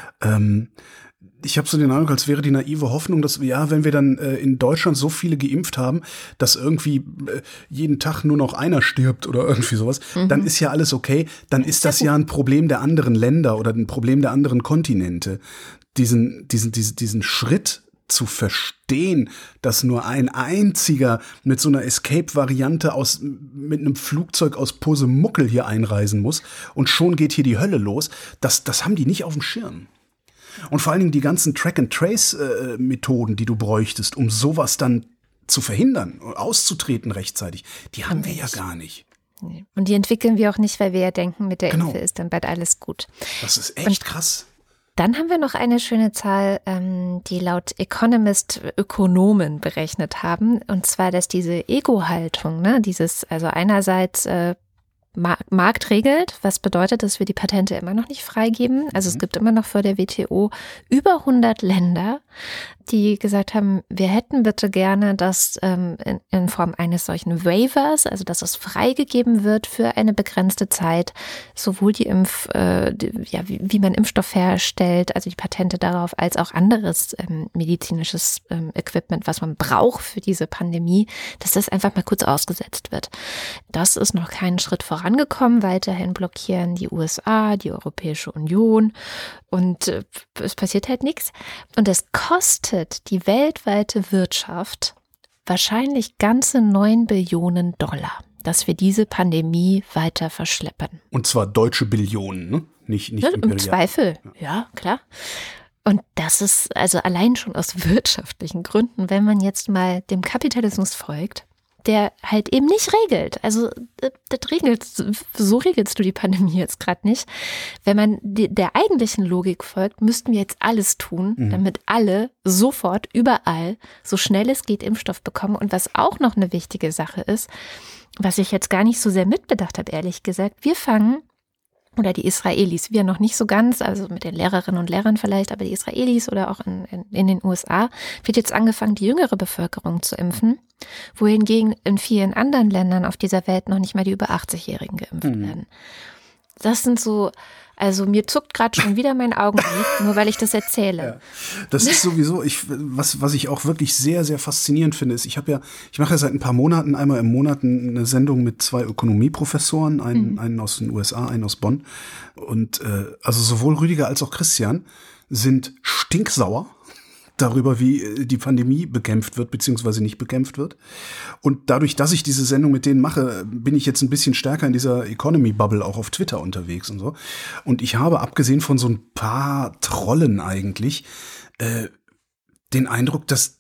Ich habe so den Eindruck, als wäre die naive Hoffnung, dass wenn wir dann in Deutschland so viele geimpft haben, dass irgendwie jeden Tag nur noch einer stirbt oder irgendwie sowas, dann ist ja alles okay. Dann ist das ja ein Problem der anderen Länder oder ein Problem der anderen Kontinente. Diesen Schritt zu verstehen, dass nur ein einziger mit so einer Escape-Variante mit einem Flugzeug aus Posemuckel hier einreisen muss und schon geht hier die Hölle los, das haben die nicht auf dem Schirm. Und vor allen Dingen die ganzen Track-and-Trace-Methoden, die du bräuchtest, um sowas dann zu verhindern, auszutreten rechtzeitig, die haben wir ja gar nicht. Nee. Und die entwickeln wir auch nicht, weil wir ja denken, mit der Impfe ist dann bald alles gut. Das ist echt krass. Dann haben wir noch eine schöne Zahl, die laut Economist Ökonomen berechnet haben. Und zwar, dass diese Ego-Haltung, ne, also einerseits Markt regelt, was bedeutet, dass wir die Patente immer noch nicht freigeben. Also es gibt immer noch vor der WTO über 100 Länder, die gesagt haben, wir hätten bitte gerne das in Form eines solchen Waivers, also dass es freigegeben wird für eine begrenzte Zeit, sowohl wie man Impfstoff herstellt, also die Patente darauf, als auch anderes medizinisches Equipment, was man braucht für diese Pandemie, dass das einfach mal kurz ausgesetzt wird. Das ist noch keinen Schritt vorangekommen. Weiterhin blockieren die USA, die Europäische Union und es passiert halt nichts. Und es kostet die weltweite Wirtschaft wahrscheinlich ganze 9 Billionen $, dass wir diese Pandemie weiter verschleppen. Und zwar deutsche Billionen, ne? Nicht im Zweifel, ja, klar. Und das ist also allein schon aus wirtschaftlichen Gründen, wenn man jetzt mal dem Kapitalismus folgt, der halt eben nicht regelt. Also so regelst du die Pandemie jetzt gerade nicht. Wenn man der eigentlichen Logik folgt, müssten wir jetzt alles tun, damit alle sofort, überall, so schnell es geht, Impfstoff bekommen. Und was auch noch eine wichtige Sache ist, was ich jetzt gar nicht so sehr mitbedacht habe, ehrlich gesagt, oder die Israelis, wir noch nicht so ganz, also mit den Lehrerinnen und Lehrern vielleicht, aber die Israelis oder auch in den USA wird jetzt angefangen, die jüngere Bevölkerung zu impfen, wohingegen in vielen anderen Ländern auf dieser Welt noch nicht mal die über 80-Jährigen geimpft werden. Das sind so, also mir zuckt gerade schon wieder mein Augenlid, nur weil ich das erzähle. Ja. Das ist sowieso, was ich auch wirklich sehr, sehr faszinierend finde, ist, ich mache ja seit ein paar Monaten einmal im Monat eine Sendung mit 2 Ökonomieprofessoren, einen aus den USA, einen aus Bonn. Und also sowohl Rüdiger als auch Christian sind stinksauer darüber, wie die Pandemie bekämpft wird, beziehungsweise nicht bekämpft wird. Und dadurch, dass ich diese Sendung mit denen mache, bin ich jetzt ein bisschen stärker in dieser Economy-Bubble auch auf Twitter unterwegs und so. Und ich habe, abgesehen von so ein paar Trollen eigentlich, den Eindruck, dass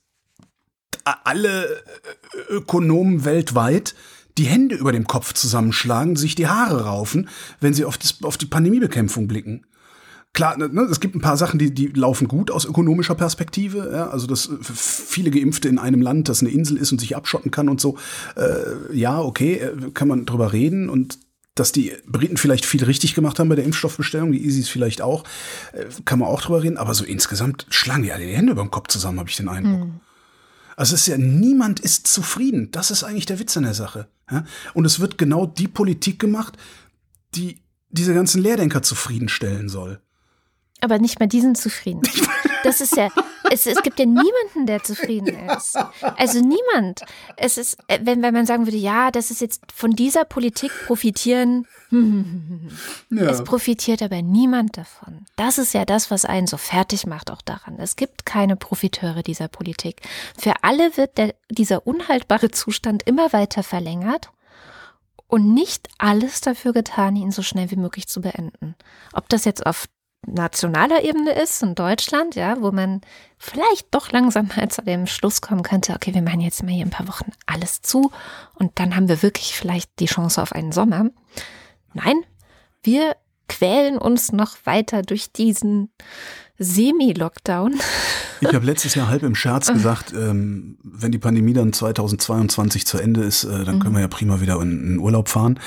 alle Ökonomen weltweit die Hände über dem Kopf zusammenschlagen, sich die Haare raufen, wenn sie auf die Pandemiebekämpfung blicken. Klar, ne, es gibt ein paar Sachen, die laufen gut aus ökonomischer Perspektive. Ja, also, dass viele Geimpfte in einem Land, das eine Insel ist und sich abschotten kann und so. Ja, okay, kann man drüber reden. Und dass die Briten vielleicht viel richtig gemacht haben bei der Impfstoffbestellung, die Isis vielleicht auch, kann man auch drüber reden. Aber so insgesamt schlagen die alle die Hände über dem Kopf zusammen, habe ich den Eindruck. Also es ist ja, niemand ist zufrieden. Das ist eigentlich der Witz an der Sache. Ja? Und es wird genau die Politik gemacht, die diese ganzen Lehrdenker zufriedenstellen soll. Aber nicht mal diesen zufrieden. Das ist ja, es gibt ja niemanden, der zufrieden ist. Also niemand. Es ist, wenn man sagen würde, ja, das ist jetzt von dieser Politik profitieren. Ja. Es profitiert aber niemand davon. Das ist ja das, was einen so fertig macht auch daran. Es gibt keine Profiteure dieser Politik. Für alle wird dieser unhaltbare Zustand immer weiter verlängert. Und nicht alles dafür getan, ihn so schnell wie möglich zu beenden. Ob das jetzt auf nationaler Ebene ist, in Deutschland, ja, wo man vielleicht doch langsam mal zu dem Schluss kommen könnte, okay, wir machen jetzt mal hier ein paar Wochen alles zu und dann haben wir wirklich vielleicht die Chance auf einen Sommer. Nein, wir quälen uns noch weiter durch diesen Semi-Lockdown. Ich habe letztes Jahr halb im Scherz gesagt, wenn die Pandemie dann 2022 zu Ende ist, dann können wir ja prima wieder in Urlaub fahren.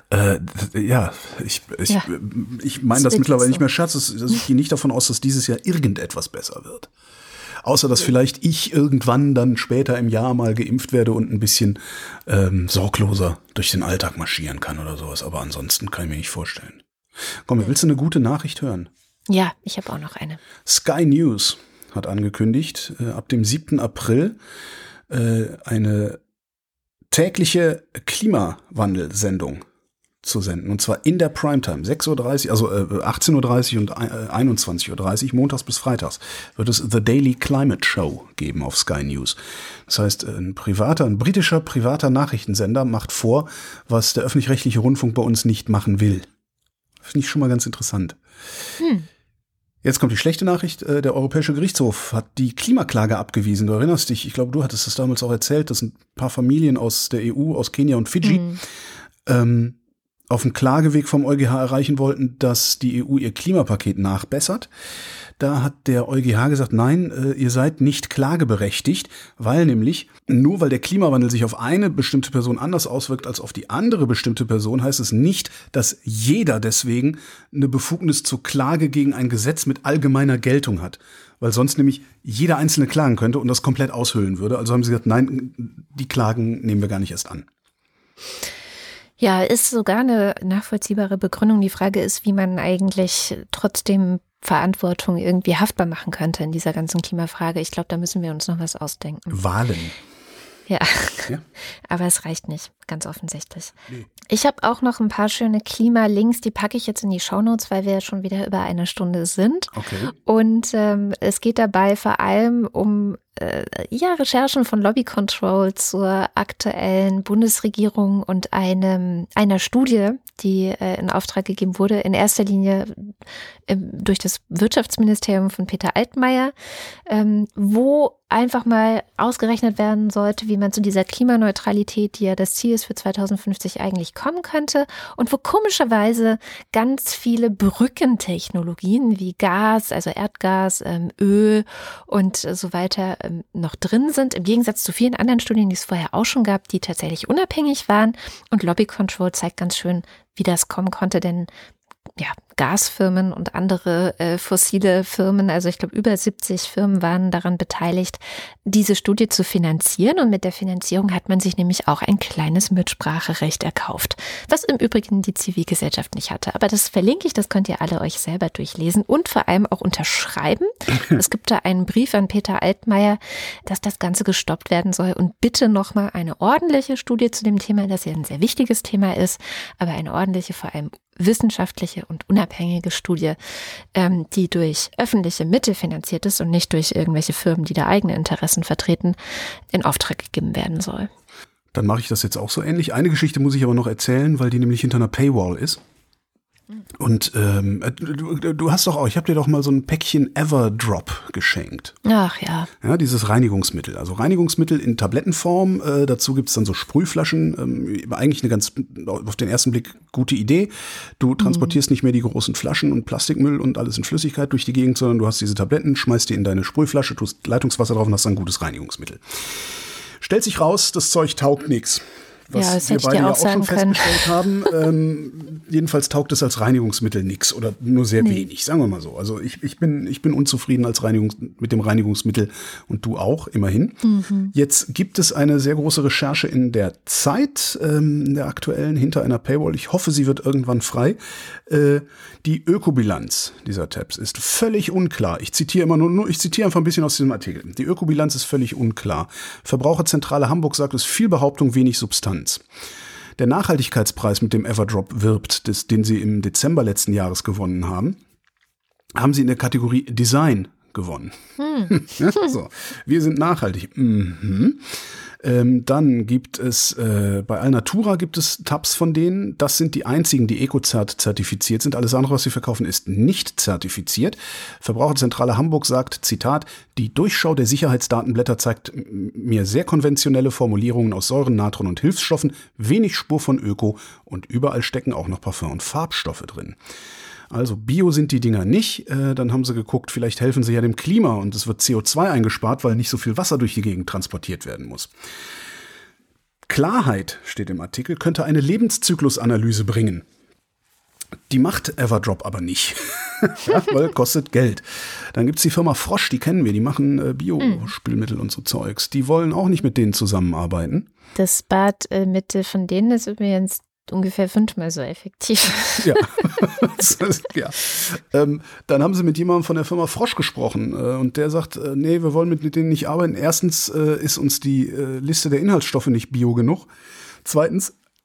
Ich meine das mittlerweile nicht mehr Scherz. Ich gehe nicht davon aus, dass dieses Jahr irgendetwas besser wird. Außer, dass vielleicht ich irgendwann dann später im Jahr mal geimpft werde und ein bisschen sorgloser durch den Alltag marschieren kann oder sowas. Aber ansonsten kann ich mir nicht vorstellen. Komm, willst du eine gute Nachricht hören? Ja, ich habe auch noch eine. Sky News hat angekündigt, ab dem 7. April eine tägliche Klimawandelsendung zu senden. Und zwar in der Primetime, 6:30 Uhr, also 18:30 Uhr und 21:30 Uhr, montags bis freitags, wird es The Daily Climate Show geben auf Sky News. Das heißt, ein britischer privater Nachrichtensender macht vor, was der öffentlich-rechtliche Rundfunk bei uns nicht machen will. Finde ich schon mal ganz interessant. Jetzt kommt die schlechte Nachricht. Der Europäische Gerichtshof hat die Klimaklage abgewiesen. Du erinnerst dich, ich glaube, du hattest es damals auch erzählt, dass ein paar Familien aus der EU, aus Kenia und Fidschi, auf dem Klageweg vom EuGH erreichen wollten, dass die EU ihr Klimapaket nachbessert. Da hat der EuGH gesagt, nein, ihr seid nicht klageberechtigt, weil nämlich, nur weil der Klimawandel sich auf eine bestimmte Person anders auswirkt als auf die andere bestimmte Person, heißt es nicht, dass jeder deswegen eine Befugnis zur Klage gegen ein Gesetz mit allgemeiner Geltung hat. Weil sonst nämlich jeder Einzelne klagen könnte und das komplett aushöhlen würde. Also haben sie gesagt, nein, die Klagen nehmen wir gar nicht erst an. Ja, ist sogar eine nachvollziehbare Begründung. Die Frage ist, wie man eigentlich trotzdem Verantwortung irgendwie haftbar machen könnte in dieser ganzen Klimafrage. Ich glaube, da müssen wir uns noch was ausdenken. Wahlen. Ja, aber es reicht nicht, ganz offensichtlich. Nee. Ich habe auch noch ein paar schöne Klimalinks, die packe ich jetzt in die Shownotes, weil wir ja schon wieder über eine Stunde sind. Okay. Und es geht dabei vor allem um Recherchen von Lobby Control zur aktuellen Bundesregierung und einer Studie, die in Auftrag gegeben wurde, in erster Linie durch das Wirtschaftsministerium von Peter Altmaier, wo einfach mal ausgerechnet werden sollte, wie man zu dieser Klimaneutralität, die ja das Ziel ist für 2050, eigentlich kommen könnte und wo komischerweise ganz viele Brückentechnologien wie Gas, also Erdgas, Öl und so weiter noch drin sind, im Gegensatz zu vielen anderen Studien, die es vorher auch schon gab, die tatsächlich unabhängig waren. Und Lobby Control zeigt ganz schön, wie das kommen konnte, denn ja, Gasfirmen und andere fossile Firmen, also ich glaube über 70 Firmen waren daran beteiligt, diese Studie zu finanzieren. Und mit der Finanzierung hat man sich nämlich auch ein kleines Mitspracherecht erkauft, was im Übrigen die Zivilgesellschaft nicht hatte. Aber das verlinke ich, das könnt ihr alle euch selber durchlesen und vor allem auch unterschreiben. Es gibt da einen Brief an Peter Altmaier, dass das Ganze gestoppt werden soll und bitte nochmal eine ordentliche Studie zu dem Thema, das ja ein sehr wichtiges Thema ist, aber eine ordentliche, vor allem wissenschaftliche und unabhängige Studie, die durch öffentliche Mittel finanziert ist und nicht durch irgendwelche Firmen, die da eigene Interessen vertreten, in Auftrag gegeben werden soll. Dann mache ich das jetzt auch so ähnlich. Eine Geschichte muss ich aber noch erzählen, weil die nämlich hinter einer Paywall ist. Und du hast doch auch, ich habe dir doch mal so ein Päckchen Everdrop geschenkt. Ach ja. Ja, dieses Reinigungsmittel. Also Reinigungsmittel in Tablettenform. Dazu gibt's dann so Sprühflaschen. Eigentlich eine ganz, auf den ersten Blick, gute Idee. Du transportierst nicht mehr die großen Flaschen und Plastikmüll und alles in Flüssigkeit durch die Gegend, sondern du hast diese Tabletten, schmeißt die in deine Sprühflasche, tust Leitungswasser drauf und hast dann ein gutes Reinigungsmittel. Stellt sich raus, das Zeug taugt nichts. Was wir beide ja auch schon festgestellt haben. Jedenfalls taugt es als Reinigungsmittel nix oder nur sehr wenig, sagen wir mal so. Also ich bin unzufrieden mit dem Reinigungsmittel und du auch, immerhin. Jetzt gibt es eine sehr große Recherche in der Zeit, in der aktuellen, hinter einer Paywall. Ich hoffe, sie wird irgendwann frei. Die Ökobilanz dieser Tabs ist völlig unklar. Ich zitiere einfach ein bisschen aus diesem Artikel. Die Ökobilanz ist völlig unklar. Verbraucherzentrale Hamburg sagt, es ist viel Behauptung, wenig Substanz. Der Nachhaltigkeitspreis, mit dem Everdrop wirbt, den sie im Dezember letzten Jahres gewonnen haben sie in der Kategorie Design gewonnen. Ja, so. Wir sind nachhaltig. Dann gibt es, bei Alnatura gibt es Tabs von denen. Das sind die einzigen, die Ecozert zertifiziert sind. Alles andere, was sie verkaufen, ist nicht zertifiziert. Verbraucherzentrale Hamburg sagt, Zitat, die Durchschau der Sicherheitsdatenblätter zeigt mir sehr konventionelle Formulierungen aus Säuren, Natron und Hilfsstoffen, wenig Spur von Öko und überall stecken auch noch Parfum und Farbstoffe drin. Also Bio sind die Dinger nicht. Dann haben sie geguckt, vielleicht helfen sie ja dem Klima und es wird CO2 eingespart, weil nicht so viel Wasser durch die Gegend transportiert werden muss. Klarheit, steht im Artikel, könnte eine Lebenszyklusanalyse bringen. Die macht Everdrop aber nicht, ja, weil kostet Geld. Dann gibt's die Firma Frosch, die kennen wir, die machen Biospülmittel und so Zeugs. Die wollen auch nicht mit denen zusammenarbeiten. Das Badmittel von denen ist übrigens ungefähr 5-mal so effektiv. Ja. Ja. Dann haben sie mit jemandem von der Firma Frosch gesprochen und der sagt, nee, wir wollen mit denen nicht arbeiten. Erstens ist uns die Liste der Inhaltsstoffe nicht bio genug. Zweitens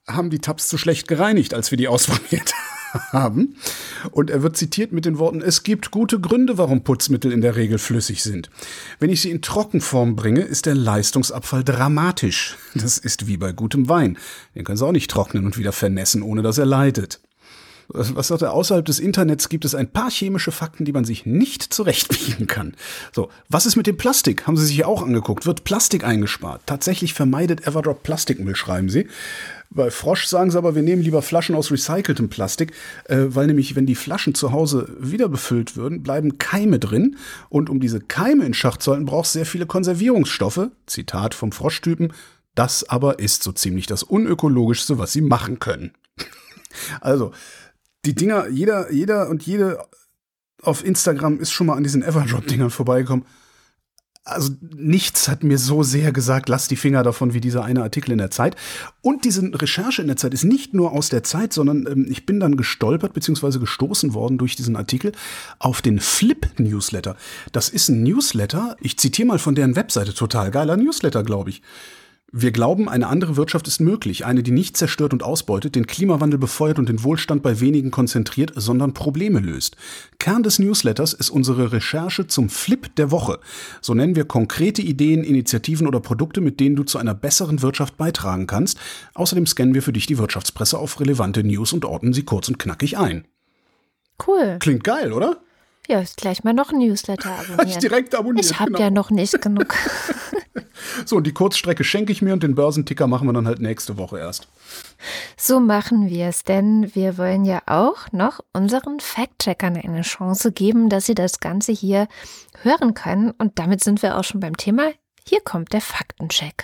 haben die Tabs zu schlecht gereinigt, als wir die ausprobiert haben. Und er wird zitiert mit den Worten: Es gibt gute Gründe, warum Putzmittel in der Regel flüssig sind. Wenn ich sie in Trockenform bringe, ist der Leistungsabfall dramatisch. Das ist wie bei gutem Wein. Den können Sie auch nicht trocknen und wieder vernässen, ohne dass er leidet. Was sagt er? Außerhalb des Internets gibt es ein paar chemische Fakten, die man sich nicht zurechtbiegen kann. So, was ist mit dem Plastik? Haben Sie sich ja auch angeguckt. Wird Plastik eingespart? Tatsächlich vermeidet Everdrop Plastikmüll, schreiben Sie. Bei Frosch sagen sie aber, wir nehmen lieber Flaschen aus recyceltem Plastik, weil nämlich, wenn die Flaschen zu Hause wieder befüllt würden, bleiben Keime drin. Und um diese Keime in Schach zu halten, braucht es sehr viele Konservierungsstoffe. Zitat vom Froschtypen: Das aber ist so ziemlich das Unökologischste, was sie machen können. Also, die Dinger, jeder und jede auf Instagram ist schon mal an diesen Everdrop-Dingern vorbeigekommen. Also nichts hat mir so sehr gesagt, lass die Finger davon, wie dieser eine Artikel in der Zeit. Und diese Recherche in der Zeit ist nicht nur aus der Zeit, sondern ich bin dann gestolpert bzw. gestoßen worden durch diesen Artikel auf den Flip-Newsletter. Das ist ein Newsletter, ich zitiere mal von deren Webseite, total geiler Newsletter, glaube ich. Wir glauben, eine andere Wirtschaft ist möglich, eine, die nicht zerstört und ausbeutet, den Klimawandel befeuert und den Wohlstand bei wenigen konzentriert, sondern Probleme löst. Kern des Newsletters ist unsere Recherche zum Flip der Woche. So nennen wir konkrete Ideen, Initiativen oder Produkte, mit denen du zu einer besseren Wirtschaft beitragen kannst. Außerdem scannen wir für dich die Wirtschaftspresse auf relevante News und ordnen sie kurz und knackig ein. Cool. Klingt geil, oder? Ja, ist gleich mal noch ein Newsletter abonnieren. Hab ich direkt abonniert. Ich habe ja noch nicht genug. So, und die Kurzstrecke schenke ich mir und den Börsenticker machen wir dann halt nächste Woche erst. So machen wir es, denn wir wollen ja auch noch unseren Fact-Checkern eine Chance geben, dass sie das Ganze hier hören können. Und damit sind wir auch schon beim Thema. Hier kommt der Faktencheck.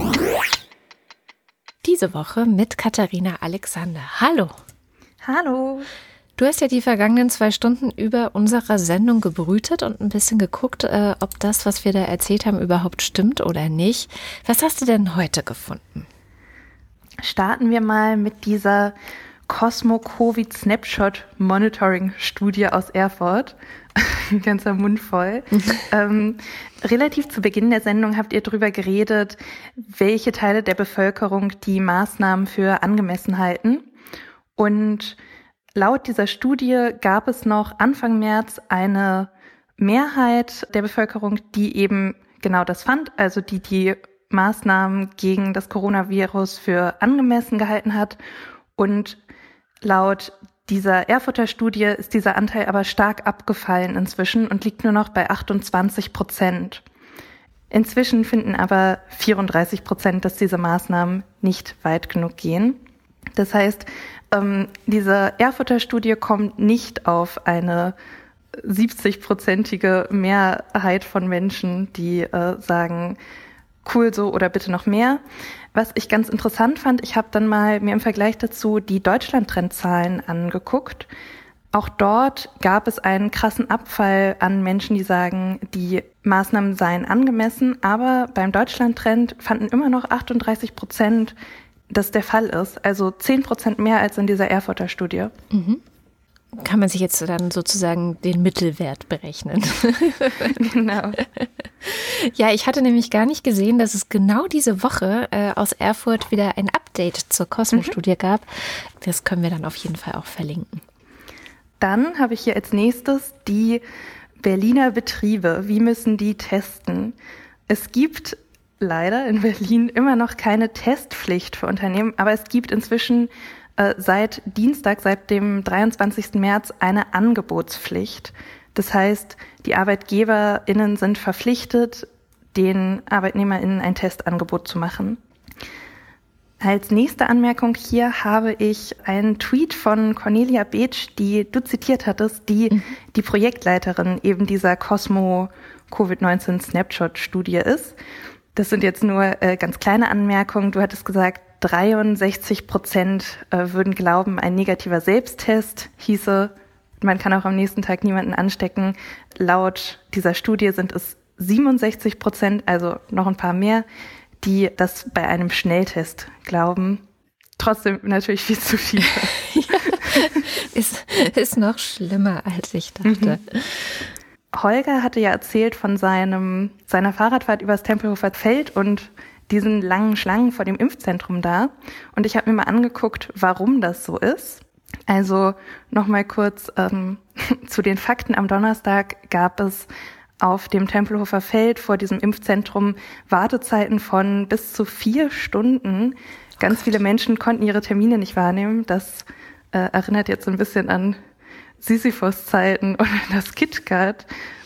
Diese Woche mit Katharina Alexander. Hallo. Hallo. Du hast ja die vergangenen 2 Stunden über unserer Sendung gebrütet und ein bisschen geguckt, ob das, was wir da erzählt haben, überhaupt stimmt oder nicht. Was hast du denn heute gefunden? Starten wir mal mit dieser Cosmo-Covid-Snapshot-Monitoring-Studie aus Erfurt. Ein ganzer Mund voll. Relativ zu Beginn der Sendung habt ihr darüber geredet, welche Teile der Bevölkerung die Maßnahmen für angemessen halten. Und laut dieser Studie gab es noch Anfang März eine Mehrheit der Bevölkerung, die eben genau das fand, also die Maßnahmen gegen das Coronavirus für angemessen gehalten hat. Und laut dieser Erfurter Studie ist dieser Anteil aber stark abgefallen inzwischen und liegt nur noch bei 28%. Inzwischen finden aber 34%, dass diese Maßnahmen nicht weit genug gehen. Das heißt, diese Erfurter Studie kommt nicht auf eine 70-prozentige Mehrheit von Menschen, die sagen, cool so oder bitte noch mehr. Was ich ganz interessant fand, ich habe dann mal mir im Vergleich dazu die Deutschland-Trendzahlen angeguckt. Auch dort gab es einen krassen Abfall an Menschen, die sagen, die Maßnahmen seien angemessen, aber beim Deutschland-Trend fanden immer noch 38%, dass der Fall ist, also 10% mehr als in dieser Erfurter Studie. Mhm. Kann man sich jetzt dann sozusagen den Mittelwert berechnen? Genau. Ja, ich hatte nämlich gar nicht gesehen, dass es genau diese Woche aus Erfurt wieder ein Update zur Cosmo-Studie gab. Das können wir dann auf jeden Fall auch verlinken. Dann habe ich hier als nächstes die Berliner Betriebe. Wie müssen die testen? Es gibt leider in Berlin immer noch keine Testpflicht für Unternehmen, aber es gibt inzwischen seit Dienstag, seit dem 23. März eine Angebotspflicht. Das heißt, die ArbeitgeberInnen sind verpflichtet, den ArbeitnehmerInnen ein Testangebot zu machen. Als nächste Anmerkung hier habe ich einen Tweet von Cornelia Beetsch, die du zitiert hattest, die Projektleiterin eben dieser Cosmo-Covid-19-Snapshot-Studie ist. Das sind jetzt nur ganz kleine Anmerkungen. Du hattest gesagt, 63% würden glauben, ein negativer Selbsttest hieße, man kann auch am nächsten Tag niemanden anstecken. Laut dieser Studie sind es 67%, also noch ein paar mehr, die das bei einem Schnelltest glauben. Trotzdem natürlich viel zu viel. Ja, ist noch schlimmer, als ich dachte. Holger hatte ja erzählt von seiner Fahrradfahrt übers Tempelhofer Feld und diesen langen Schlangen vor dem Impfzentrum da. Und ich habe mir mal angeguckt, warum das so ist. Also nochmal kurz zu den Fakten. Am Donnerstag gab es auf dem Tempelhofer Feld vor diesem Impfzentrum Wartezeiten von bis zu 4 Stunden. Ganz viele Menschen konnten ihre Termine nicht wahrnehmen. Das erinnert jetzt so ein bisschen an Sisyphos-Zeiten oder das KitKat.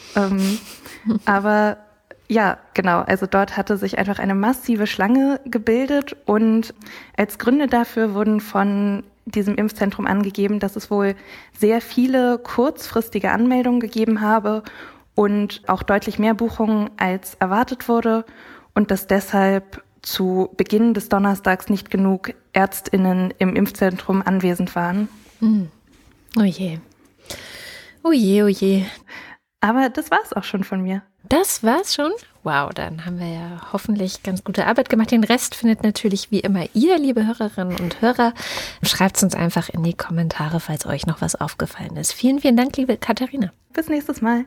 Aber ja, genau. Also dort hatte sich einfach eine massive Schlange gebildet und als Gründe dafür wurden von diesem Impfzentrum angegeben, dass es wohl sehr viele kurzfristige Anmeldungen gegeben habe und auch deutlich mehr Buchungen als erwartet wurde und dass deshalb zu Beginn des Donnerstags nicht genug ÄrztInnen im Impfzentrum anwesend waren. Oh je. Oh je, oh je. Aber das war's auch schon von mir. Das war's schon? Wow, dann haben wir ja hoffentlich ganz gute Arbeit gemacht. Den Rest findet natürlich wie immer ihr, liebe Hörerinnen und Hörer. Schreibt es uns einfach in die Kommentare, falls euch noch was aufgefallen ist. Vielen, vielen Dank, liebe Katharina. Bis nächstes Mal.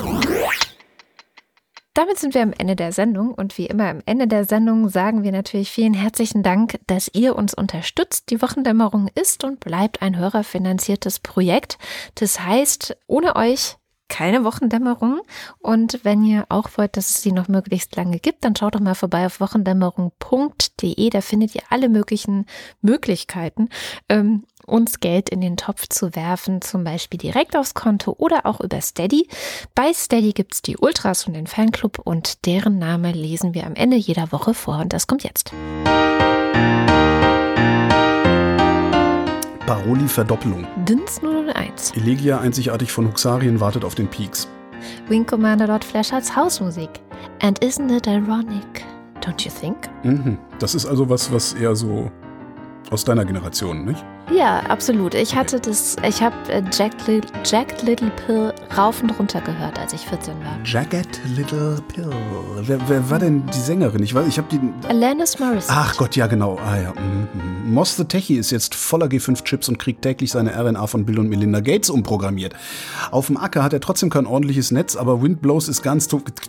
Damit sind wir am Ende der Sendung und wie immer am Ende der Sendung sagen wir natürlich vielen herzlichen Dank, dass ihr uns unterstützt. Die Wochendämmerung ist und bleibt ein hörerfinanziertes Projekt. Das heißt, ohne euch keine Wochendämmerung. Und wenn ihr auch wollt, dass es sie noch möglichst lange gibt, dann schaut doch mal vorbei auf wochendämmerung.de. Da findet ihr alle möglichen Möglichkeiten, uns Geld in den Topf zu werfen, zum Beispiel direkt aufs Konto oder auch über Steady. Bei Steady gibt es die Ultras und den Fanclub und deren Name lesen wir am Ende jeder Woche vor und das kommt jetzt. Baroli Verdoppelung. Dünz 001. Elegia einzigartig von Huxarien wartet auf den Peaks. Wing Commander Lord Flashards Hausmusik. And isn't it ironic? Don't you think? Das ist also was eher so aus deiner Generation, nicht? Ja, absolut. Ich habe Jagged Little Pill rauf und runter gehört, als ich 14 war. Jagged Little Pill. Wer war denn die Sängerin? Ich habe die... Alanis Morissette. Ach Gott, ja genau. Ah, ja. Moss the Techie ist jetzt voller G5-Chips und kriegt täglich seine RNA von Bill und Melinda Gates umprogrammiert. Auf dem Acker hat er trotzdem kein ordentliches Netz, aber Windblows ist ganz...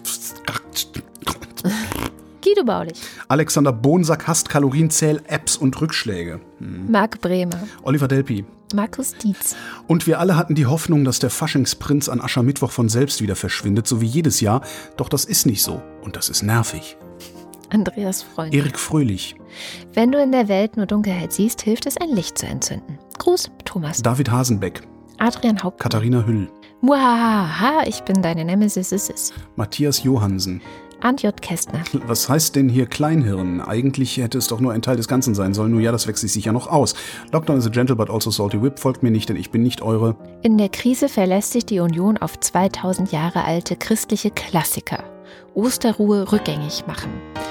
Guido Baulich. Alexander Bonsack hasst Kalorienzähl-Apps und Rückschläge. Marc Bremer. Oliver Delpi. Markus Dietz. Und wir alle hatten die Hoffnung, dass der Faschingsprinz an Aschermittwoch von selbst wieder verschwindet, so wie jedes Jahr. Doch das ist nicht so. Und das ist nervig. Andreas Freund. Erik Fröhlich. Wenn du in der Welt nur Dunkelheit siehst, hilft es, ein Licht zu entzünden. Gruß, Thomas. David Hasenbeck. Adrian Haupt. Katharina Hüll. Muahaha, ich bin deine Nemesis. Matthias Johansen. Arndt J. Kästner. Was heißt denn hier Kleinhirn? Eigentlich hätte es doch nur ein Teil des Ganzen sein sollen. Nur ja, das wechselt sich ja noch aus. Lockdown is a gentle but also salty whip. Folgt mir nicht, denn ich bin nicht eure. In der Krise verlässt sich die Union auf 2000 Jahre alte christliche Klassiker. Osterruhe rückgängig machen.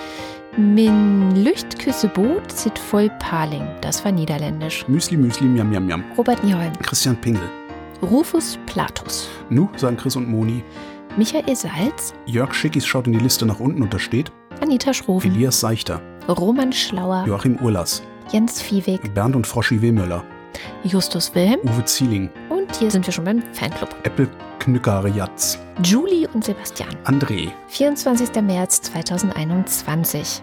Min Lüchtküsse Boot zit voll Paling. Das war niederländisch. Müsli, miam, miam, miam. Robert Nieholm. Christian Pingel. Rufus Platus. Nu, sagen Chris und Moni. Michael Salz. Jörg Schickis schaut in die Liste nach unten und da steht Anita Schroven. Elias Seichter. Roman Schlauer. Joachim Urlas. Jens Viehweg. Bernd und Froschi Wehmöller. Justus Wilhelm. Uwe Zieling. Und hier sind wir schon beim Fanclub. Apple Knückare Jatz. Julie und Sebastian. André. 24. März 2021.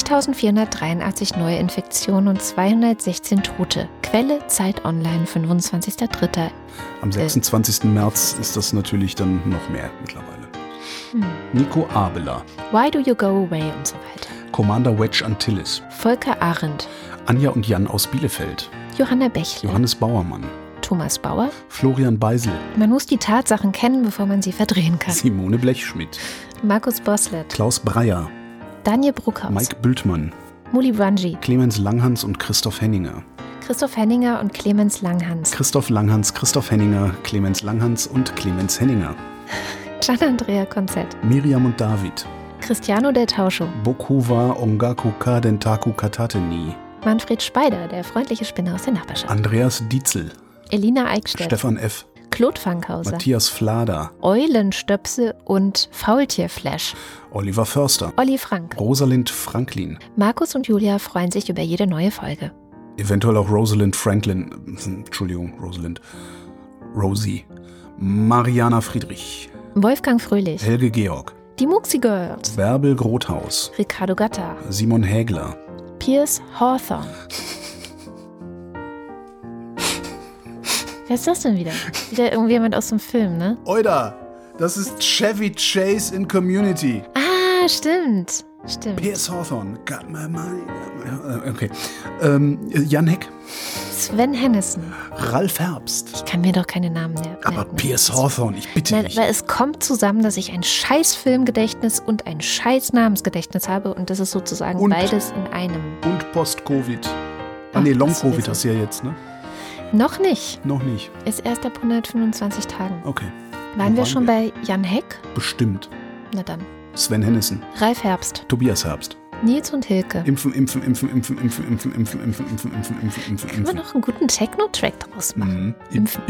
20.483 neue Infektionen und 216 Tote. Quelle Zeit Online, 25.3. Am 26. März ist das natürlich dann noch mehr mittlerweile. Nico Abeler. Why do you go away und so weiter. Commander Wedge Antilles. Volker Arendt. Anja und Jan aus Bielefeld. Johanna Bächle. Johannes Bauermann. Thomas Bauer. Florian Beisel. Man muss die Tatsachen kennen, bevor man sie verdrehen kann. Simone Blechschmidt. Markus Boslett. Klaus Breyer. Daniel Bruckhaus. Mike Bültmann. Muli Branji. Clemens Langhans und Christoph Henninger. Christoph Henninger und Clemens Langhans. Christoph Langhans, Christoph Henninger, Clemens Langhans und Clemens Henninger. Gian-Andrea Konzett. Miriam und David. Cristiano del Tauscho. Bokuwa Ongaku Ka Dentaku Katateni. Manfred Speider, der freundliche Spinner aus der Nachbarschaft. Andreas Dietzel. Elina Eickstedt. Stefan F. Claude Fankhauser. Matthias Flader. Eulenstöpsel und Faultierflash. Oliver Förster. Olli Frank. Rosalind Franklin. Markus und Julia freuen sich über jede neue Folge. Eventuell auch Rosalind Franklin. Entschuldigung, Rosalind. Rosie. Mariana Friedrich. Wolfgang Fröhlich. Helge Georg. Die Muxi Girls. Bärbel Grothaus. Ricardo Gatta. Simon Hägler. Pierce Hawthorne. Wer ist das denn wieder? Wieder irgendjemand aus dem Film, ne? Oida, das ist Chevy Chase in Community. Ah, stimmt. Pierce Hawthorne. Got my money. Okay. Jan Heck. Sven Hennissen. Ralf Herbst. Ich kann mir doch keine Namen merken. Aber Pierce Hawthorne, ich bitte dich. Weil es kommt zusammen, dass ich ein scheiß Filmgedächtnis und ein scheiß Namensgedächtnis habe und das ist sozusagen beides in einem. Und Post-Covid. Long-Covid hast du ja jetzt, ne? Noch nicht. Noch nicht. Ist erst ab 125 Tagen. Okay. Waren wir schon bei Jan Heck? Bestimmt. Na dann. Sven Hennissen. Ralf Herbst. Tobias Herbst. Nils und Hilke. Impfen. Können wir noch einen guten Techno-Track draus machen? Impfen.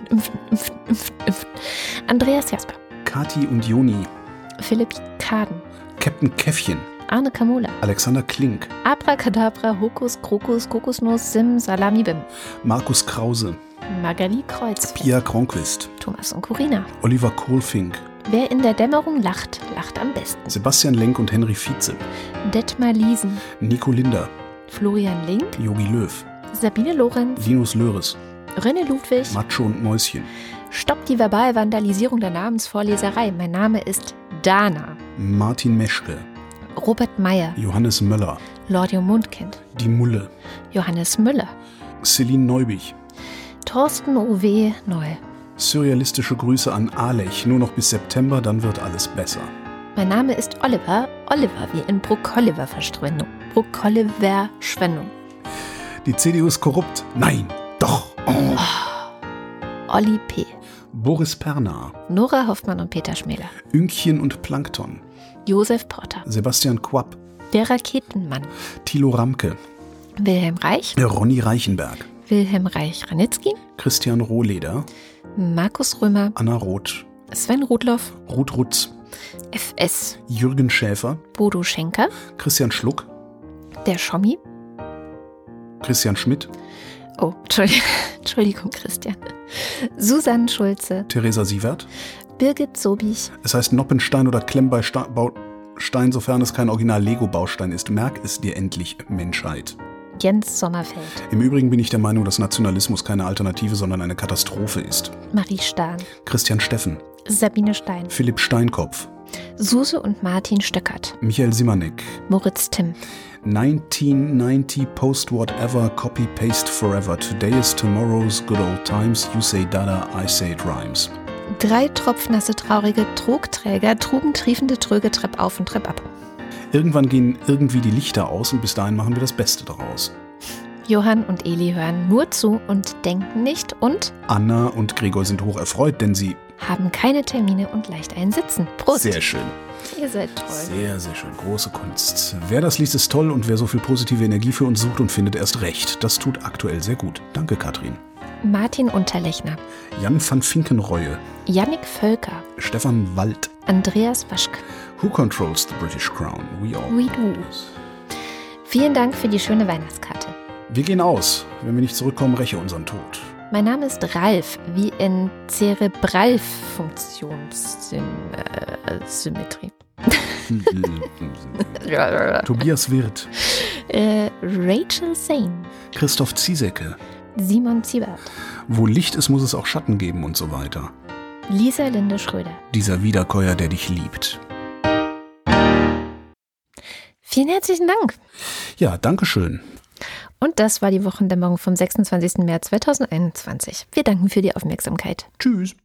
Andreas Jasper. Kati und Joni. Philipp Kaden. Captain Käffchen. Arne Kamula. Alexander Klink. Abracadabra, Hokus, Krokus, Kokosnuss, Sim, Salami, Bim. Markus Krause. Magali Kreuz. Pia Kronquist. Thomas und Corina. Oliver Kohlfink. Wer in der Dämmerung lacht, lacht am besten. Sebastian Lenk und Henry Vize. Detmar Liesen. Nico Linder. Florian Link. Jogi Löw. Sabine Lorenz. Linus Löres. René Ludwig. Macho und Mäuschen. Stopp die Verbalvandalisierung der Namensvorleserei. Mein Name ist Dana. Martin Meschke. Robert Meyer. Johannes Möller. Lordio Mundkind. Die Mulle. Johannes Müller. Celine Neubich. Thorsten O.W. Neu. Surrealistische Grüße an Alech. Nur noch bis September, dann wird alles besser. Mein Name ist Oliver. Oliver wie in Bruck-Oliver-Verschwendung. Bruck-Oliver-Schwendung. Die CDU ist korrupt. Nein, doch. Oh. Olli P. Boris Pernar. Nora Hoffmann und Peter Schmäler. Ünkchen und Plankton. Josef Porter. Sebastian Quapp. Der Raketenmann. Thilo Ramke. Wilhelm Reich. Ronny Reichenberg. Wilhelm Reich-Ranitzky. Christian Rohleder. Markus Römer. Anna Roth. Sven Rudloff. Ruth Rutz. FS. Jürgen Schäfer. Bodo Schenker. Christian Schluck. Der Schommi. Christian Schmidt. Oh, Entschuldigung, Christian. Susanne Schulze. Theresa Sievert. Birgit Sobich. Es heißt Noppenstein oder Klemmbaustein, sofern es kein Original-Lego-Baustein ist. Merk es dir endlich, Menschheit. Jens Sommerfeld. Im Übrigen bin ich der Meinung, dass Nationalismus keine Alternative, sondern eine Katastrophe ist. Marie Stahn. Christian Steffen. Sabine Stein. Philipp Steinkopf. Suse und Martin Stöckert. Michael Simanek. Moritz Timm. 1990 post-whatever, copy-paste forever. Today is tomorrow's good old times. You say dada, I say it rhymes. 3 tropfnasse, traurige Trugträger trugen triefende Tröge Trepp auf und Trepp ab. Irgendwann gehen irgendwie die Lichter aus und bis dahin machen wir das Beste daraus. Johann und Eli hören nur zu und denken nicht und Anna und Gregor sind hoch erfreut, denn sie haben keine Termine und leicht einen Sitzen. Prost! Sehr schön. Ihr seid toll. Sehr, sehr schön. Große Kunst. Wer das liest, ist toll und wer so viel positive Energie für uns sucht und findet, erst recht. Das tut aktuell sehr gut. Danke, Katrin. Martin Unterlechner. Jan van Finkenreue. Jannik Völker. Stefan Wald. Andreas Waschk. Who controls the British Crown? We all. We do. Vielen Dank für die schöne Weihnachtskarte. Wir gehen aus. Wenn wir nicht zurückkommen, räche unseren Tod. Mein Name ist Ralf, wie in Zerebralfunktionssymmetrie. Tobias Wirth. Rachel Zane. Christoph Ziesecke. Simon Ziebert. Wo Licht ist, muss es auch Schatten geben und so weiter. Lisa Linde Schröder. Dieser Wiederkäuer, der dich liebt. Vielen herzlichen Dank. Ja, danke schön. Und das war die Wochendämmerung vom 26. März 2021. Wir danken für die Aufmerksamkeit. Tschüss.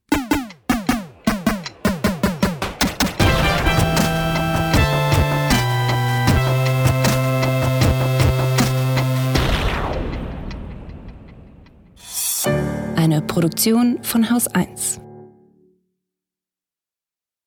Eine Produktion von Haus 1.